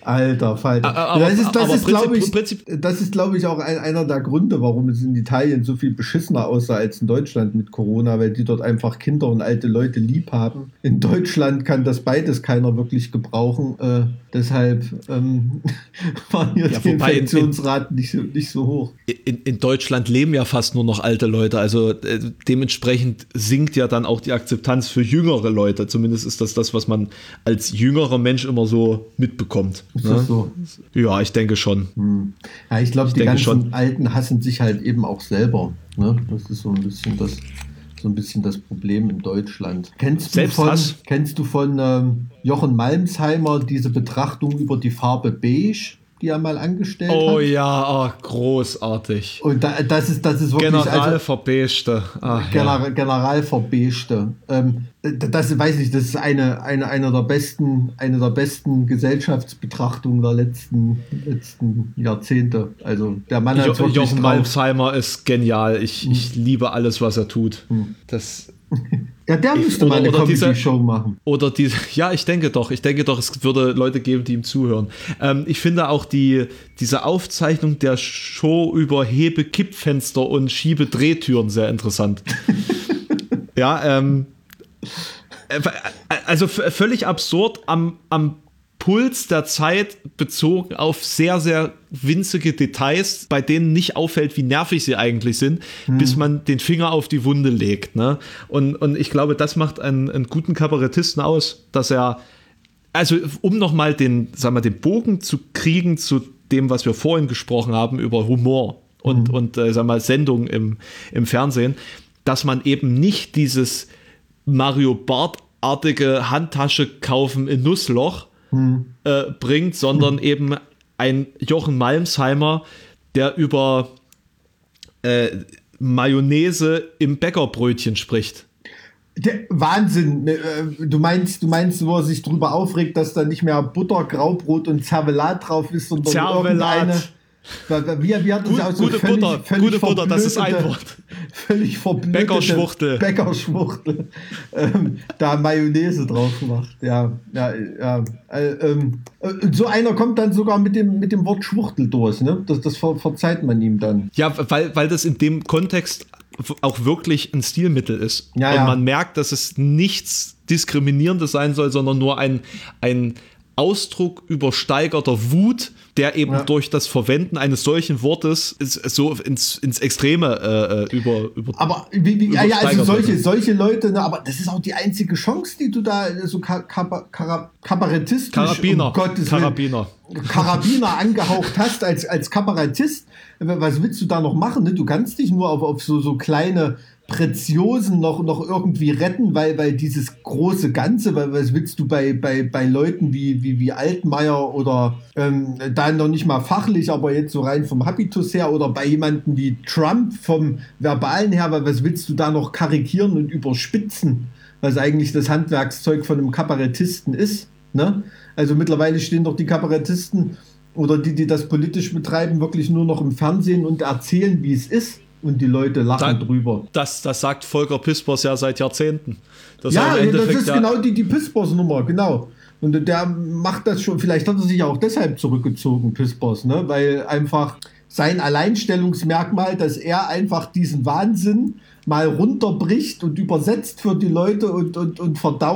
Alter Falter. Das ist, glaube ich, auch einer der Gründe, warum es in Italien so viel beschissener aussah als in Deutschland mit Corona, weil die dort einfach Kinder und alte Leute lieb haben. In Deutschland kann das beides keiner wirklich gebrauchen. Deshalb waren hier die Infektionsraten nicht so hoch. In Deutschland leben ja fast nur noch alte Leute, also dementsprechend sinkt ja dann auch die Akzeptanz für jüngere Leute. Zumindest ist das, was man als jüngerer Mensch immer so mitbekommt. Ist das so? Ja, ich denke schon. Ja, ich glaube, die ganzen Alten hassen sich halt eben auch selber. Ne? Das ist so ein bisschen das Problem in Deutschland. Kennst du von Jochen Malmsheimer diese Betrachtung über die Farbe Beige, die er mal angestellt hat? Oh ja, großartig. Und das ist wirklich... Generalverbeischte. Generalverbeischte. Das weiß ich, das ist eine der besten Gesellschaftsbetrachtungen der letzten Jahrzehnte. Also der Mann hat wirklich Jochen Malmsheimer ist genial. Ich liebe alles, was er tut. Ja, der müsste mal eine Comedy-Show machen. Ich denke doch, es würde Leute geben, die ihm zuhören. Ich finde auch diese Aufzeichnung der Show über Hebe-Kippfenster und Schiebe-Drehtüren sehr interessant. Ja, also völlig absurd am Puls der Zeit bezogen auf sehr, sehr winzige Details, bei denen nicht auffällt, wie nervig sie eigentlich sind, bis man den Finger auf die Wunde legt. Ne? Und ich glaube, das macht einen guten Kabarettisten aus, dass er, also um nochmal den Bogen zu kriegen zu dem, was wir vorhin gesprochen haben, über Humor und Sendungen im Fernsehen, dass man eben nicht dieses Mario Barth-artige Handtasche kaufen in Nussloch bringt, sondern eben ein Jochen Malmsheimer, der über Mayonnaise im Bäckerbrötchen spricht. Wahnsinn. Du meinst, wo er sich drüber aufregt, dass da nicht mehr Butter, Graubrot und Zervelat drauf ist, sondern irgendeine... Wie hat das auch so gute Butter, das ist ein Wort. Völlig verblödete Bäckerschwuchtel da Mayonnaise drauf gemacht. Ja. So einer kommt dann sogar mit dem Wort Schwuchtel durch, ne? Das verzeiht man ihm dann. Ja, weil das in dem Kontext auch wirklich ein Stilmittel ist. Ja, und man merkt, dass es nichts Diskriminierendes sein soll, sondern nur ein Ausdruck übersteigerter Wut, der eben durch das Verwenden eines solchen Wortes so ins Extreme aber also solche Leute, ne, aber das ist auch die einzige Chance, die du da so kabarettistisch Karabiner angehaucht hast als Kabarettist. Was willst du da noch machen? Ne? Du kannst dich nur auf so kleine Preziosen noch irgendwie retten, weil dieses große Ganze, weil was willst du bei Leuten wie Altmaier oder da noch nicht mal fachlich, aber jetzt so rein vom Habitus her oder bei jemandem wie Trump vom Verbalen her, weil was willst du da noch karikieren und überspitzen, was eigentlich das Handwerkszeug von einem Kabarettisten ist, ne? Also mittlerweile stehen doch die Kabarettisten oder die das politisch betreiben, wirklich nur noch im Fernsehen und erzählen, wie es ist. Und die Leute lachen drüber. Das sagt Volker Pispers ja seit Jahrzehnten. Das ist genau die Pispers-Nummer, genau. Und der macht das schon, vielleicht hat er sich auch deshalb zurückgezogen, Pispers, ne? Weil einfach sein Alleinstellungsmerkmal, dass er einfach diesen Wahnsinn mal runterbricht und übersetzt für die Leute und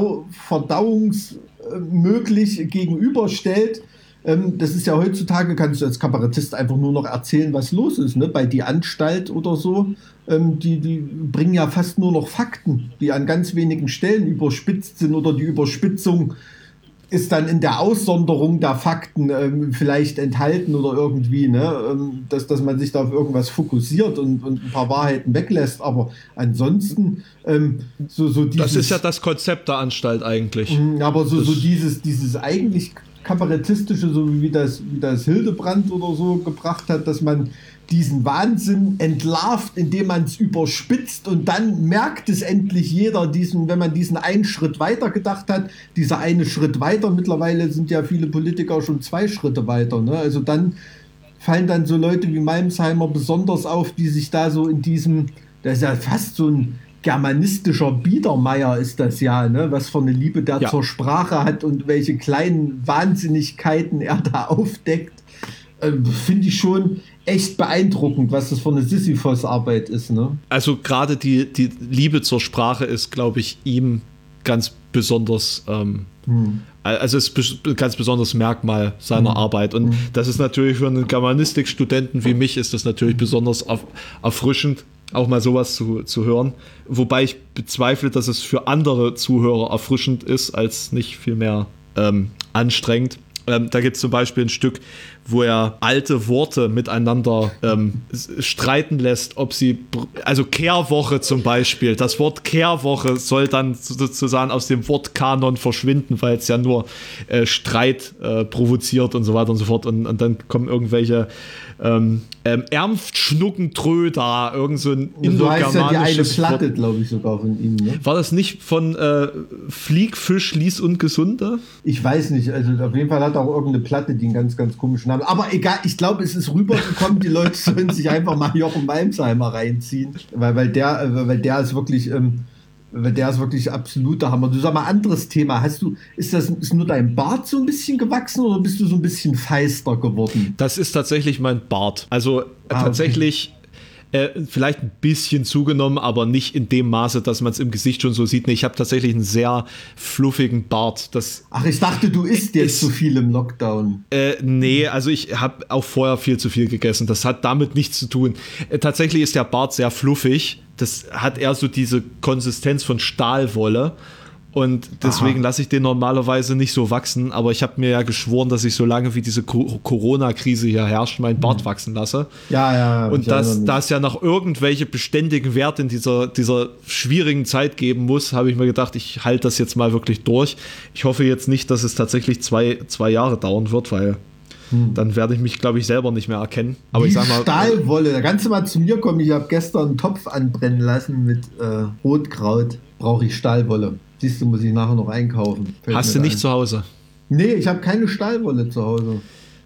verdauungsmöglich gegenüberstellt. Das ist ja heutzutage, kannst du als Kabarettist einfach nur noch erzählen, was los ist, ne? Bei Die Anstalt oder so, die bringen ja fast nur noch Fakten, die an ganz wenigen Stellen überspitzt sind oder die Überspitzung ist dann in der Aussonderung der Fakten vielleicht enthalten oder irgendwie, ne? Dass man sich da auf irgendwas fokussiert und ein paar Wahrheiten weglässt, aber ansonsten so dieses... Das ist ja das Konzept der Anstalt eigentlich. Aber so dieses eigentlich kabarettistische, so wie das Hildebrand oder so gebracht hat, dass man diesen Wahnsinn entlarvt, indem man es überspitzt und dann merkt es endlich jeder, wenn man diesen einen Schritt weiter gedacht hat, dieser eine Schritt weiter, mittlerweile sind ja viele Politiker schon 2 Schritte weiter, ne? Also dann fallen dann so Leute wie Malmsheimer besonders auf, die sich da so in diesem, das ist ja fast so ein germanistischer Biedermeier ist das ja, ne? Was für eine Liebe der zur Sprache hat und welche kleinen Wahnsinnigkeiten er da aufdeckt. Finde ich schon echt beeindruckend, was das für eine Sisyphos-Arbeit ist. Ne? Also gerade die Liebe zur Sprache ist, glaube ich, ihm ganz besonders, also ist ein ganz besonderes Merkmal seiner Arbeit. Und das ist natürlich für einen Germanistikstudenten wie mich, ist das natürlich besonders erfrischend, auch mal sowas zu hören. Wobei ich bezweifle, dass es für andere Zuhörer erfrischend ist, als nicht vielmehr anstrengend. Da gibt es zum Beispiel ein Stück, wo er alte Worte miteinander streiten lässt, ob sie, also Kehrwoche zum Beispiel, das Wort Kehrwoche soll dann sozusagen aus dem Wortkanon verschwinden, weil es ja nur Streit provoziert und so weiter und so fort und dann kommen irgendwelche Ernstschnuckentrö da, irgend so ein indogermanisches so heißt ja die eine Platte, glaube ich, sogar von ihm. Ne? War das nicht von Flieg, Fisch, Lies und Gesunde? Ich weiß nicht, also auf jeden Fall hat er auch irgendeine Platte, die einen ganz, ganz komischen Namen. Aber egal, ich glaube, es ist rübergekommen, die Leute sollen sich einfach mal Jochen Malmsheimer reinziehen, weil der ist wirklich... der ist wirklich absoluter Hammer. Du sag mal, anderes Thema. Ist nur dein Bart so ein bisschen gewachsen oder bist du so ein bisschen feister geworden? Das ist tatsächlich mein Bart. Also tatsächlich vielleicht ein bisschen zugenommen, aber nicht in dem Maße, dass man es im Gesicht schon so sieht. Nee, ich habe tatsächlich einen sehr fluffigen Bart. Ach, ich dachte, du isst jetzt zu viel im Lockdown. Nee, also ich habe auch vorher viel zu viel gegessen. Das hat damit nichts zu tun. Tatsächlich ist der Bart sehr fluffig. Das hat eher so diese Konsistenz von Stahlwolle. Und deswegen lasse ich den normalerweise nicht so wachsen. Aber ich habe mir ja geschworen, dass ich so lange wie diese Corona-Krise hier herrscht, meinen Bart wachsen lasse. Ja. Und da es ja noch irgendwelche beständigen Werte in dieser schwierigen Zeit geben muss, habe ich mir gedacht, ich halte das jetzt mal wirklich durch. Ich hoffe jetzt nicht, dass es tatsächlich zwei Jahre dauern wird, weil dann werde ich mich, glaube ich, selber nicht mehr erkennen. Aber ich sag mal, Stahlwolle, da kannst du mal zu mir kommen. Ich habe gestern einen Topf anbrennen lassen mit Rotkraut. Brauche ich Stahlwolle. Siehst du, muss ich nachher noch einkaufen. Hast du nicht zu Hause? Nee, ich habe keine Stahlwolle zu Hause.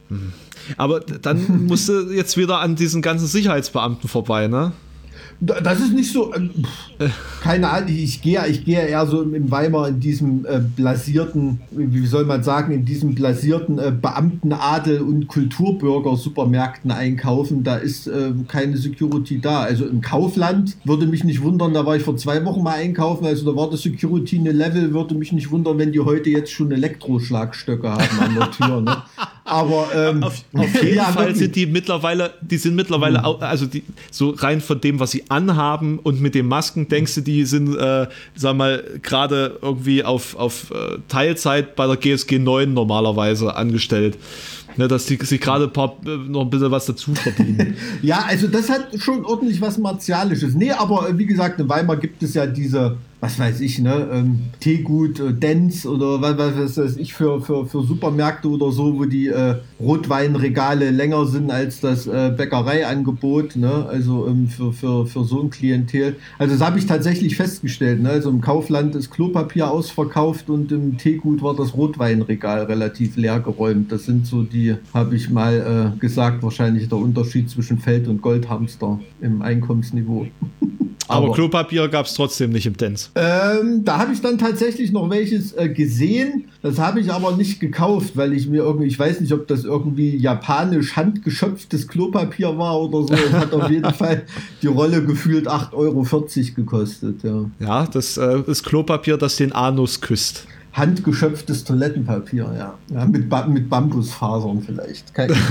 Aber dann musst du jetzt wieder an diesen ganzen Sicherheitsbeamten vorbei, ne? Das ist nicht so, keine Ahnung, ich gehe eher so im Weimar in diesem blasierten, wie soll man sagen, in diesem blasierten Beamtenadel- und Kulturbürger-Supermärkten einkaufen. Da ist keine Security da. Also im Kaufland würde mich nicht wundern, da war ich vor 2 Wochen mal einkaufen, also da war das Security eine Level, würde mich nicht wundern, wenn die heute jetzt schon Elektroschlagstöcke haben an der Tür, ne? Aber auf jeden Fall sind die mittlerweile, also die, so rein von dem, was sie anhaben und mit den Masken, denkst du, die sind, sag mal, gerade irgendwie auf Teilzeit bei der GSG 9 normalerweise angestellt. Ne, dass die sich gerade noch ein bisschen was dazu verdienen. Ja, also das hat schon ordentlich was Martialisches. Nee, aber wie gesagt, in Weimar gibt es ja diese, was weiß ich, ne, Teegut, Denz oder was weiß ich für Supermärkte oder so, wo die Rotweinregale länger sind als das Bäckereiangebot, ne, also für so ein Klientel. Also das habe ich tatsächlich festgestellt, ne, also im Kaufland ist Klopapier ausverkauft und im Teegut war das Rotweinregal relativ leer geräumt. Das sind so die, habe ich mal gesagt, wahrscheinlich der Unterschied zwischen Feld- und Goldhamster im Einkommensniveau. Aber Klopapier gab es trotzdem nicht im Dance. Da habe ich dann tatsächlich noch welches gesehen. Das habe ich aber nicht gekauft, weil ich weiß nicht, ob das irgendwie japanisch handgeschöpftes Klopapier war oder so. Es hat auf jeden Fall die Rolle gefühlt 8,40 € gekostet. Ja, das ist Klopapier, das den Anus küsst. Handgeschöpftes Toilettenpapier, ja mit Bambusfasern vielleicht.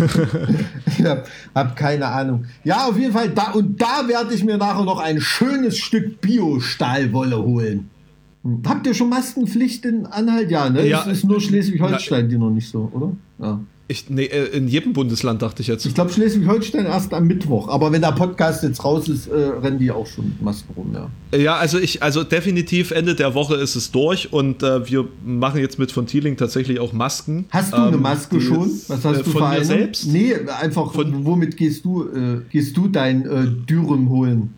Ich habe keine Ahnung. Ja, auf jeden Fall, da werde ich mir nachher noch ein schönes Stück Bio-Stahlwolle holen. Habt ihr schon Maskenpflicht in Anhalt? Ja, ne? Ja, es ist nur Schleswig-Holstein, die noch nicht so, oder? Ja. In jedem Bundesland dachte ich jetzt. Ich glaube, Schleswig-Holstein erst am Mittwoch. Aber wenn der Podcast jetzt raus ist, rennen die auch schon mit Masken rum, ja. Ja, also definitiv Ende der Woche ist es durch und wir machen jetzt mit von Thieling tatsächlich auch Masken. Hast du eine Maske schon? Was hast du von mir selbst? Nee, einfach womit gehst du dein Dürüm holen?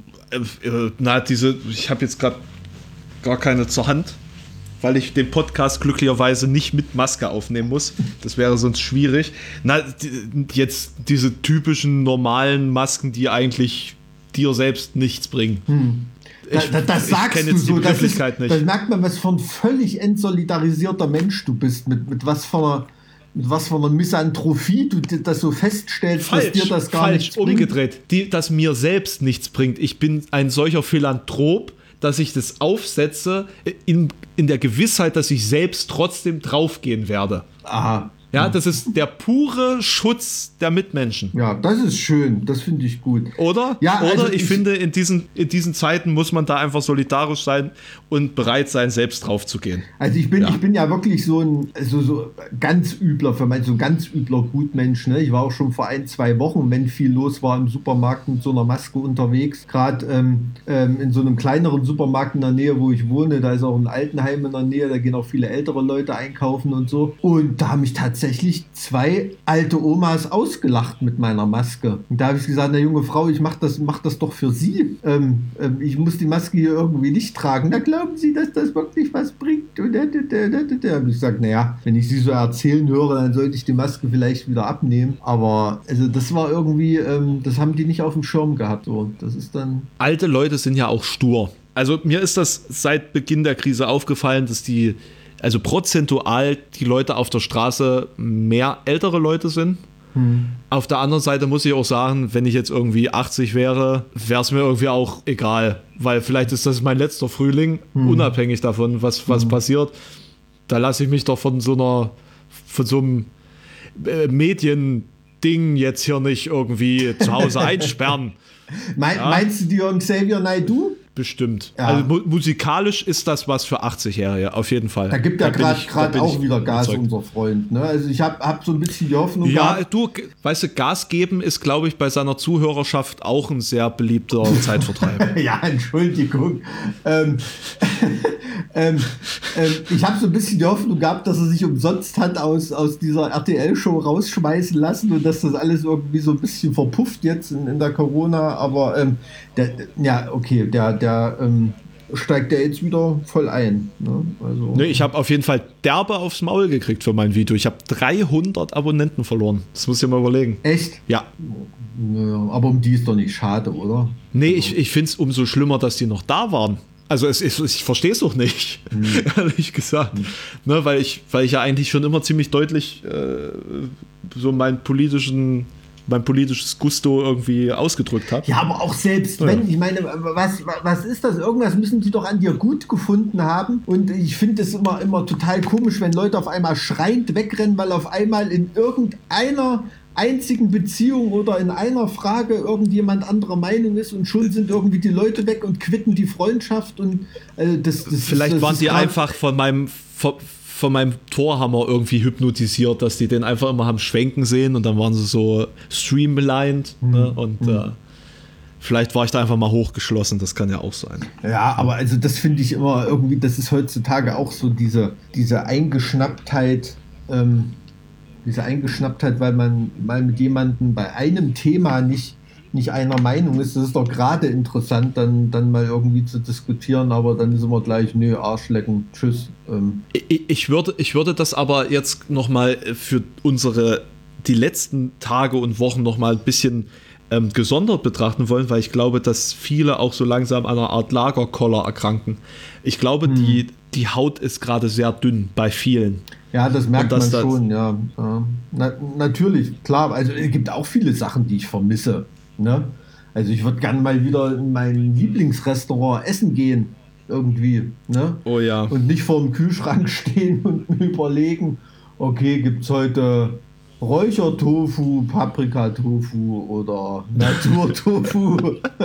Ich habe jetzt gerade gar keine zur Hand, weil ich den Podcast glücklicherweise nicht mit Maske aufnehmen muss. Das wäre sonst schwierig. Jetzt diese typischen normalen Masken, die eigentlich dir selbst nichts bringen. Das sagst ich kenne jetzt du so, die Begrifflichkeit nicht. Da merkt man, was für ein völlig entsolidarisierter Mensch du bist, mit was für einer Misanthropie du das so feststellst, dass dir das gar nichts bringt. Umgedreht, dass mir selbst nichts bringt. Ich bin ein solcher Philanthrop, dass ich das aufsetze in der Gewissheit, dass ich selbst trotzdem draufgehen werde. Aha. Ja, das ist der pure Schutz der Mitmenschen. Ja, das ist schön. Das finde ich gut. Oder? Ja, also ich finde, in diesen Zeiten muss man da einfach solidarisch sein und bereit sein, selbst drauf zu gehen. Also ich bin ja wirklich so ein ganz übler, so ein ganz übler Gutmensch. Ne? Ich war auch schon vor 1-2 Wochen, wenn viel los war, im Supermarkt mit so einer Maske unterwegs. Gerade in so einem kleineren Supermarkt in der Nähe, wo ich wohne, da ist auch ein Altenheim in der Nähe, da gehen auch viele ältere Leute einkaufen und so. Und da haben mich tatsächlich 2 alte Omas ausgelacht mit meiner Maske. Und da habe ich gesagt, na junge Frau, ich mach das doch für Sie. Ich muss die Maske hier irgendwie nicht tragen. Na, glauben Sie, dass das wirklich was bringt? Und da habe ich gesagt, naja, wenn ich Sie so erzählen höre, dann sollte ich die Maske vielleicht wieder abnehmen. Aber also das war irgendwie, das haben die nicht auf dem Schirm gehabt. So. Das ist dann... Alte Leute sind ja auch stur. Also mir ist das seit Beginn der Krise aufgefallen, dass also prozentual die Leute auf der Straße mehr ältere Leute sind. Auf der anderen Seite muss ich auch sagen, wenn ich jetzt irgendwie 80 wäre, wäre es mir irgendwie auch egal, weil vielleicht ist das mein letzter Frühling, unabhängig davon, was passiert. Da lasse ich mich doch von so einem Mediending jetzt hier nicht irgendwie zu Hause einsperren. Meinst du die Xavier Naidoo? Bestimmt. Ja. Also musikalisch ist das was für 80-Jährige, auf jeden Fall. Da gibt ja gerade auch wieder Gas, unser Freund. Ne? Also ich hab so ein bisschen die Hoffnung gehabt. Du, weißt du, Gas geben ist, glaube ich, bei seiner Zuhörerschaft auch ein sehr beliebter Zeitvertreib. Ja, Entschuldigung. Ich habe so ein bisschen die Hoffnung gehabt, dass er sich umsonst hat aus dieser RTL-Show rausschmeißen lassen und dass das alles irgendwie so ein bisschen verpufft jetzt in der Corona. Aber der steigt ja jetzt wieder voll ein. Ne? Also, ich habe auf jeden Fall derbe aufs Maul gekriegt für mein Video. Ich habe 300 Abonnenten verloren. Das muss ich mal überlegen. Echt? Ja. Naja, aber um die ist doch nicht schade, oder? Nee, ich finde es umso schlimmer, dass die noch da waren. Also ich verstehe es doch nicht, ehrlich gesagt. Ne, weil ich ja eigentlich schon immer ziemlich deutlich so mein politisches Gusto irgendwie ausgedrückt habe. Ja, aber auch selbst wenn, ich meine, was ist das? Irgendwas müssen die doch an dir gut gefunden haben. Und ich finde es immer total komisch, wenn Leute auf einmal schreiend wegrennen, weil auf einmal in irgendeiner einzigen Beziehung oder in einer Frage irgendjemand anderer Meinung ist und schon sind irgendwie die Leute weg und quitten die Freundschaft und vielleicht waren die einfach von meinem Torhammer irgendwie hypnotisiert, dass die den einfach immer haben schwenken sehen und dann waren sie so streamlined und vielleicht war ich da einfach mal hochgeschlossen, das kann ja auch sein. Ja, aber also das finde ich immer irgendwie, das ist heutzutage auch so diese Eingeschnapptheit, weil man mal mit jemandem bei einem Thema nicht einer Meinung ist. Das ist doch gerade interessant, dann mal irgendwie zu diskutieren, aber dann ist immer gleich, nö, Arschlecken, tschüss. Ich würde das aber jetzt nochmal für die letzten Tage und Wochen nochmal ein bisschen gesondert betrachten wollen, weil ich glaube, dass viele auch so langsam an einer Art Lagerkoller erkranken. Ich glaube, die Haut ist gerade sehr dünn bei vielen. Ja, das merkt man schon, ja. Natürlich, klar, also es gibt auch viele Sachen, die ich vermisse. Ne? Also ich würde gerne mal wieder in mein Lieblingsrestaurant essen gehen, irgendwie. Ne? Oh ja. Und nicht vor dem Kühlschrank stehen und überlegen, okay, gibt es heute Räuchertofu, Paprikatofu oder Naturtofu.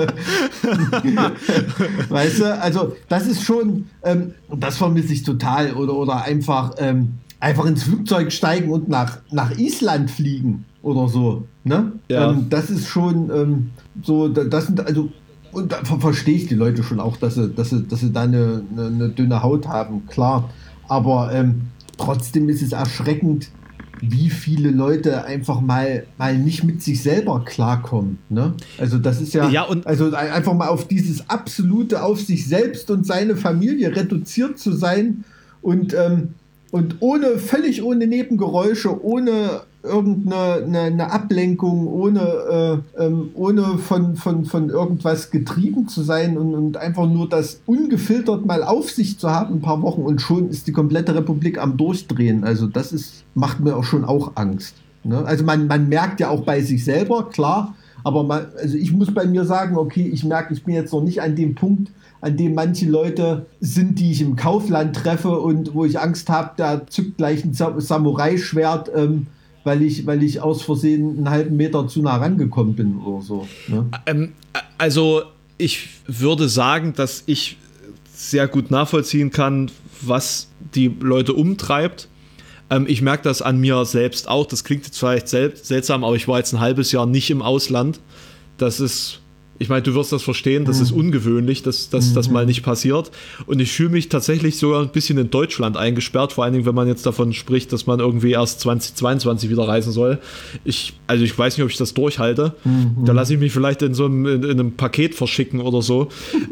Weißt du, also das ist schon, das vermisse ich total. Oder einfach ins Flugzeug steigen und nach Island fliegen oder so. Ne? Ja. Das ist schon so, das sind also, und da verstehe ich die Leute schon auch, dass sie da eine dünne Haut haben, klar. Aber trotzdem ist es erschreckend, wie viele Leute einfach mal nicht mit sich selber klarkommen. Ne? Also das ist ja und also einfach mal auf dieses absolute, auf sich selbst und seine Familie reduziert zu sein und und völlig ohne Nebengeräusche, ohne irgendeine Ablenkung, ohne von irgendwas getrieben zu sein und einfach nur das ungefiltert mal auf sich zu haben, ein paar Wochen, und schon ist die komplette Republik am Durchdrehen. Also macht mir auch Angst. Ne? Also man merkt ja auch bei sich selber, klar, aber also ich muss bei mir sagen, okay, ich merke, ich bin jetzt noch nicht an dem Punkt, an dem manche Leute sind, die ich im Kaufland treffe und wo ich Angst habe, der zückt gleich ein Samurai-Schwert, weil ich aus Versehen einen halben Meter zu nah rangekommen bin oder so. Ne? Also ich würde sagen, dass ich sehr gut nachvollziehen kann, was die Leute umtreibt. Ich merke das an mir selbst auch. Das klingt jetzt vielleicht seltsam, aber ich war jetzt ein halbes Jahr nicht im Ausland. Das ist... Ich meine, du wirst das verstehen, das ist ungewöhnlich, dass das mal nicht passiert. Und ich fühle mich tatsächlich sogar ein bisschen in Deutschland eingesperrt, vor allen Dingen, wenn man jetzt davon spricht, dass man irgendwie erst 2022 wieder reisen soll. Ich weiß nicht, ob ich das durchhalte. Da lasse ich mich vielleicht in einem Paket verschicken oder so.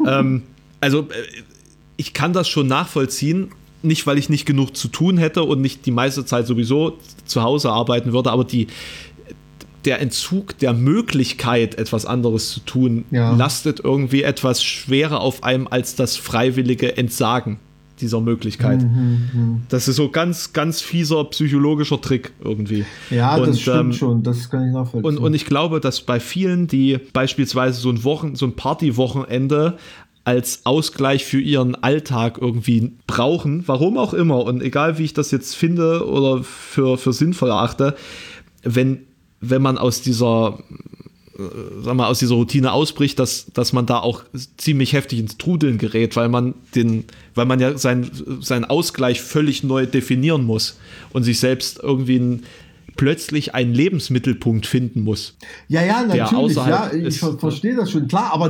Ich kann das schon nachvollziehen. Nicht, weil ich nicht genug zu tun hätte und nicht die meiste Zeit sowieso zu Hause arbeiten würde, aber der Entzug der Möglichkeit, etwas anderes zu tun, lastet irgendwie etwas schwerer auf einem als das freiwillige Entsagen dieser Möglichkeit. Das ist so ganz, ganz fieser psychologischer Trick irgendwie. Ja, das stimmt schon, das kann ich nachvollziehen. Und ich glaube, dass bei vielen, die beispielsweise so ein Partywochenende als Ausgleich für ihren Alltag irgendwie brauchen, warum auch immer, und egal wie ich das jetzt finde oder für sinnvoll erachte, wenn man aus dieser Routine ausbricht, dass man da auch ziemlich heftig ins Trudeln gerät, weil man ja seinen Ausgleich völlig neu definieren muss und sich selbst irgendwie plötzlich einen Lebensmittelpunkt finden muss. Ja, natürlich, ich verstehe das schon, klar, aber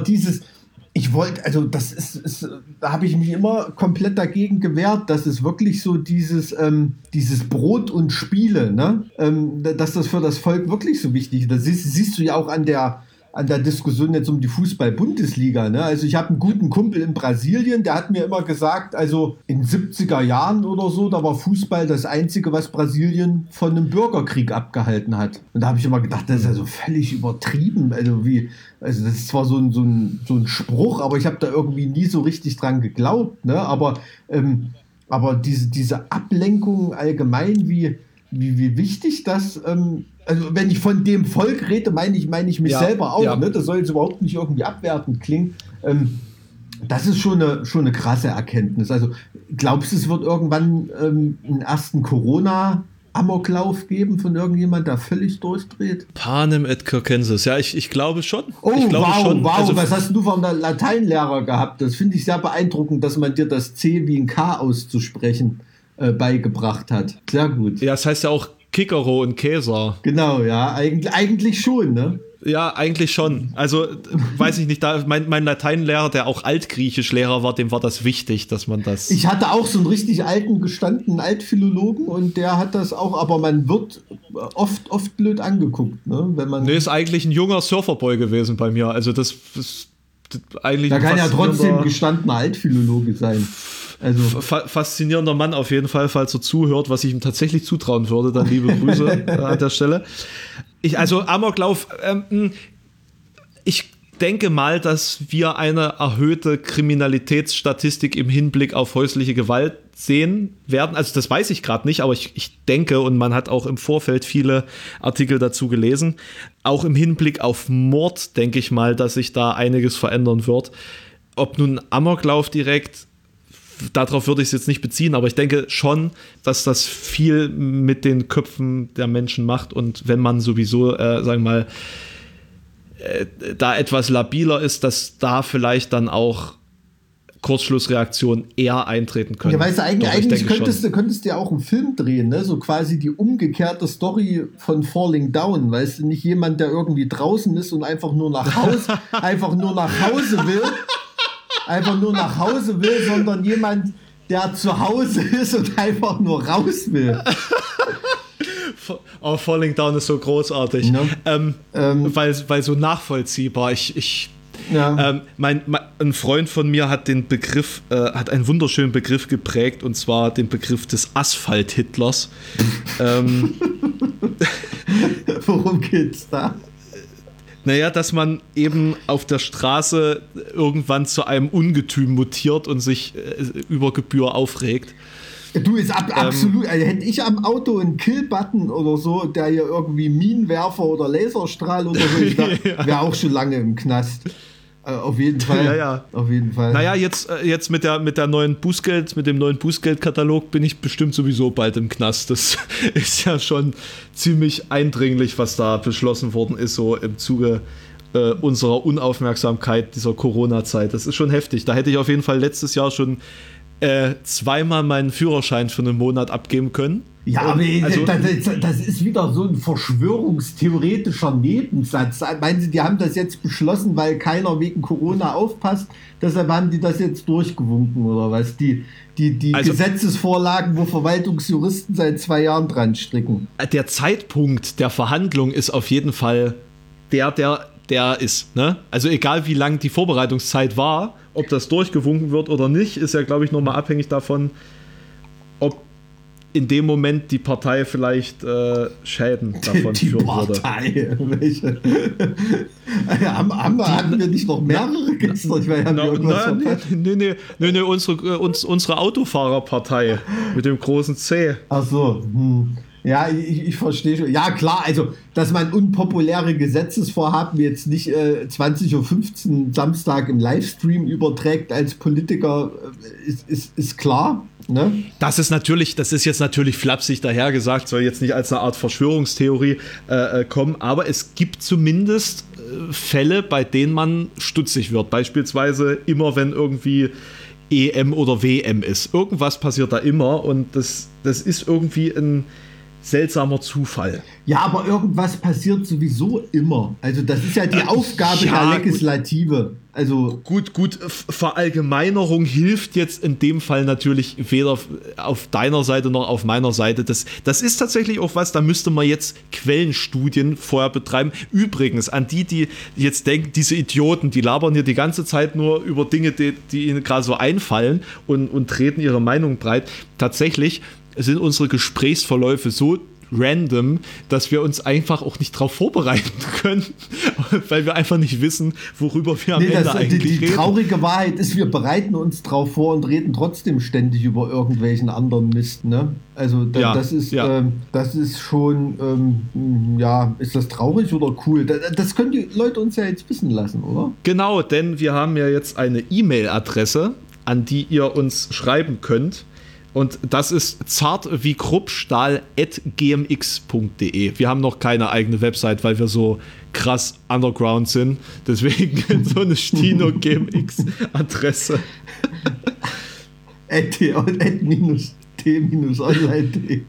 da habe ich mich immer komplett dagegen gewehrt, dass es wirklich so dieses Brot und Spiele, ne? Dass das für das Volk wirklich so wichtig ist. Das siehst du ja auch an der Diskussion jetzt um die Fußball-Bundesliga. Ne? Also ich habe einen guten Kumpel in Brasilien, der hat mir immer gesagt, also in 70er Jahren oder so, da war Fußball das Einzige, was Brasilien von einem Bürgerkrieg abgehalten hat. Und da habe ich immer gedacht, das ist ja so völlig übertrieben. Also das ist zwar so ein Spruch, aber ich habe da irgendwie nie so richtig dran geglaubt. Ne? Aber diese Ablenkung allgemein, wie wichtig das also wenn ich von dem Volk rede, meine ich mich selber auch. Ja. Ne? Das soll jetzt überhaupt nicht irgendwie abwertend klingen. Das ist schon eine krasse Erkenntnis. Also glaubst du, es wird irgendwann einen ersten Corona-Amoklauf geben von irgendjemand, der völlig durchdreht? Panem et circenses. Ja, ich glaube schon. Oh, ich glaube schon. Wow, also, was hast du von der Lateinlehrer gehabt? Das finde ich sehr beeindruckend, dass man dir das C wie ein K auszusprechen beigebracht hat. Sehr gut. Ja, das heißt ja auch Cicero und Caesar. Genau, ja, eigentlich schon, ne? Ja, eigentlich schon. Also, weiß ich nicht, mein Lateinlehrer, der auch Altgriechischlehrer war, dem war das wichtig, dass man das... Ich hatte auch so einen richtig alten, gestandenen Altphilologen und der hat das auch, aber man wird oft blöd angeguckt, ne? Wenn man... Nee, ist eigentlich ein junger Surferboy gewesen bei mir, also das eigentlich... Da kann ja trotzdem gestandener Altphilologe sein. Also faszinierender Mann auf jeden Fall, falls er zuhört, was ich ihm tatsächlich zutrauen würde, dann liebe Grüße an der Stelle. Amoklauf, ich denke mal, dass wir eine erhöhte Kriminalitätsstatistik im Hinblick auf häusliche Gewalt sehen werden. Also das weiß ich gerade nicht, aber ich denke, und man hat auch im Vorfeld viele Artikel dazu gelesen, auch im Hinblick auf Mord denke ich mal, dass sich da einiges verändern wird. Ob nun Amoklauf direkt, darauf würde ich es jetzt nicht beziehen, aber ich denke schon, dass das viel mit den Köpfen der Menschen macht, und wenn man sowieso, sagen wir mal, da etwas labiler ist, dass da vielleicht dann auch Kurzschlussreaktionen eher eintreten können. Ja, weißt du, eigentlich könntest du ja auch einen Film drehen, ne? So quasi die umgekehrte Story von Falling Down, weißt du, nicht jemand, der irgendwie draußen ist und einfach nur nach Hause will, sondern jemand, der zu Hause ist und einfach nur raus will. Oh, Falling Down ist so großartig. Ne? Weil so nachvollziehbar. Ja. Ein Freund von mir hat den Begriff, hat einen wunderschönen Begriff geprägt, und zwar den Begriff des Asphalt-Hitlers. Worum geht's da? Naja, dass man eben auf der Straße irgendwann zu einem Ungetüm mutiert und sich über Gebühr aufregt. Du, ist absolut, also hätte ich am Auto einen Kill-Button oder so, der hier irgendwie Minenwerfer oder Laserstrahl oder so, ich wäre auch schon lange im Knast. Auf jeden Fall. Ja. Auf jeden Fall. Naja, jetzt mit dem neuen Bußgeldkatalog bin ich bestimmt sowieso bald im Knast. Das ist ja schon ziemlich eindringlich, was da beschlossen worden ist, so im Zuge unserer Unaufmerksamkeit dieser Corona-Zeit. Das ist schon heftig. Da hätte ich auf jeden Fall letztes Jahr schon zweimal meinen Führerschein für einen Monat abgeben können. Ja, aber also, das ist wieder so ein verschwörungstheoretischer Nebensatz. Meinen Sie, die haben das jetzt beschlossen, weil keiner wegen Corona aufpasst? Deshalb haben die das jetzt durchgewunken oder was? Die also, Gesetzesvorlagen, wo Verwaltungsjuristen seit 2 Jahren dran stricken. Der Zeitpunkt der Verhandlung ist auf jeden Fall der ist. Ne? Also egal, wie lang die Vorbereitungszeit war, ob das durchgewunken wird oder nicht, ist ja, glaube ich, nochmal abhängig davon, ob in dem Moment die Partei vielleicht Schäden davon führen würde. Die Partei? Welche? Hatten wir nicht noch mehrere gestern? Ich meine, nee, unsere Autofahrerpartei mit dem großen C. Ach so, Ja, ich verstehe schon. Ja, klar, also, dass man unpopuläre Gesetzesvorhaben jetzt nicht 20.15 Uhr Samstag im Livestream überträgt als Politiker, ist klar. Ne? Das ist jetzt natürlich flapsig dahergesagt, soll jetzt nicht als eine Art Verschwörungstheorie kommen, aber es gibt zumindest Fälle, bei denen man stutzig wird. Beispielsweise immer, wenn irgendwie EM oder WM ist. Irgendwas passiert da immer, und das ist irgendwie ein seltsamer Zufall. Ja, aber irgendwas passiert sowieso immer. Also das ist ja die Aufgabe der Legislative. Also gut, Verallgemeinerung hilft jetzt in dem Fall natürlich weder auf deiner Seite noch auf meiner Seite. Das ist tatsächlich auch was, da müsste man jetzt Quellenstudien vorher betreiben. Übrigens, an die jetzt denken, diese Idioten, die labern hier die ganze Zeit nur über Dinge, die ihnen gerade so einfallen und treten ihre Meinung breit. Tatsächlich sind unsere Gesprächsverläufe so random, dass wir uns einfach auch nicht darauf vorbereiten können, weil wir einfach nicht wissen, worüber wir am Ende eigentlich reden. Die traurige Wahrheit ist, wir bereiten uns drauf vor und reden trotzdem ständig über irgendwelchen anderen Mist. Ne? Also das ist schon, ist das traurig oder cool? Das können die Leute uns ja jetzt wissen lassen, oder? Genau, denn wir haben ja jetzt eine E-Mail-Adresse, an die ihr uns schreiben könnt. Und das ist zartwiekruppstahl@gmx.de. Wir haben noch keine eigene Website, weil wir so krass underground sind. Deswegen so eine Stino-GMX-Adresse. @t-online.de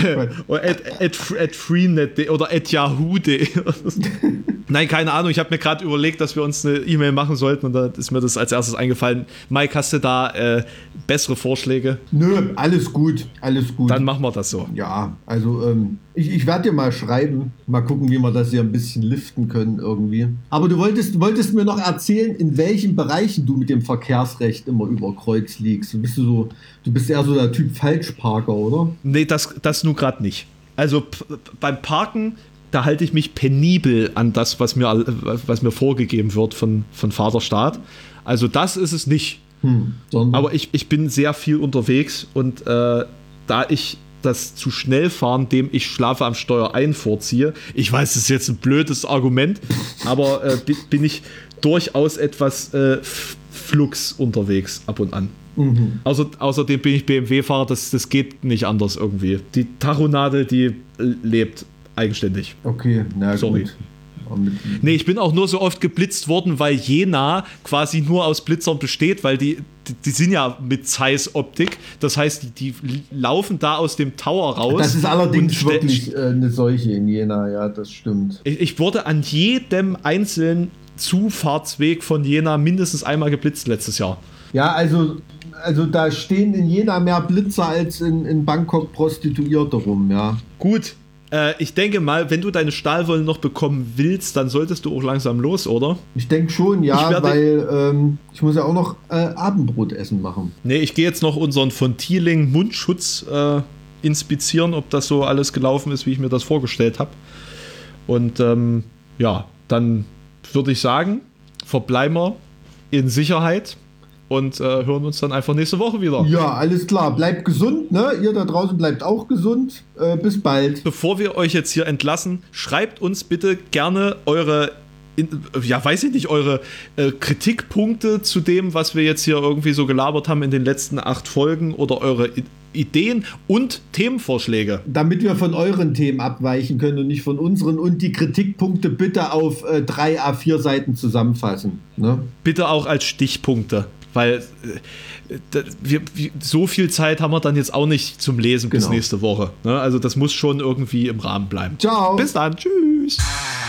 at freenet.de oder @yahoo.de. Nein, keine Ahnung. Ich habe mir gerade überlegt, dass wir uns eine E-Mail machen sollten, und dann ist mir das als erstes eingefallen. Mike, hast du da bessere Vorschläge? Nö, alles gut. Dann machen wir das so. Ja, also ich werde dir mal schreiben. Mal gucken, wie wir das hier ein bisschen liften können irgendwie. Aber du wolltest mir noch erzählen, in welchen Bereichen du mit dem Verkehrsrecht immer über Kreuz liegst. Du bist eher so der Typ Falschparker, oder? Nee, das nur gerade nicht. Also beim Parken, da halte ich mich penibel an das, was mir vorgegeben wird von Vaterstaat. Also das ist es nicht. Aber ich bin sehr viel unterwegs, und da ich das zu schnell fahren, dem ich schlafe am Steuer ein, vorziehe. Ich weiß, das ist jetzt ein blödes Argument, aber bin ich durchaus etwas flux unterwegs ab und an. Außerdem bin ich BMW-Fahrer, das geht nicht anders irgendwie. Die Tachonadel, die lebt eigenständig. Okay, na sorry. Gut. Nee, ich bin auch nur so oft geblitzt worden, weil Jena quasi nur aus Blitzern besteht, weil die sind ja mit Zeiss-Optik. Das heißt, die laufen da aus dem Tower raus. Das ist allerdings wirklich eine Seuche in Jena, ja, das stimmt. Ich wurde an jedem einzelnen Zufahrtsweg von Jena mindestens einmal geblitzt letztes Jahr. Ja, also da stehen in Jena mehr Blitzer als in Bangkok Prostituierte rum, ja. Gut, Ich denke mal, wenn du deine Stahlwolle noch bekommen willst, dann solltest du auch langsam los, oder? Ich denke schon, ja, weil ich muss ja auch noch Abendbrotessen machen. Nee, ich gehe jetzt noch unseren von Thieling Mundschutz inspizieren, ob das so alles gelaufen ist, wie ich mir das vorgestellt habe. Und ja, dann würde ich sagen, verbleiben wir in Sicherheit und hören uns dann einfach nächste Woche wieder. Ja, alles klar. Bleibt gesund, ne? Ihr da draußen bleibt auch gesund. Bis bald. Bevor wir euch jetzt hier entlassen, schreibt uns bitte gerne eure eure Kritikpunkte zu dem, was wir jetzt hier irgendwie so gelabert haben in den letzten 8 Folgen oder eure Ideen und Themenvorschläge. Damit wir von euren Themen abweichen können und nicht von unseren, und die Kritikpunkte bitte auf 3 A4 Seiten zusammenfassen. Ne? Bitte auch als Stichpunkte, weil so viel Zeit haben wir dann jetzt auch nicht zum Lesen bis nächste Woche. Ne? Also das muss schon irgendwie im Rahmen bleiben. Ciao. Bis dann. Tschüss.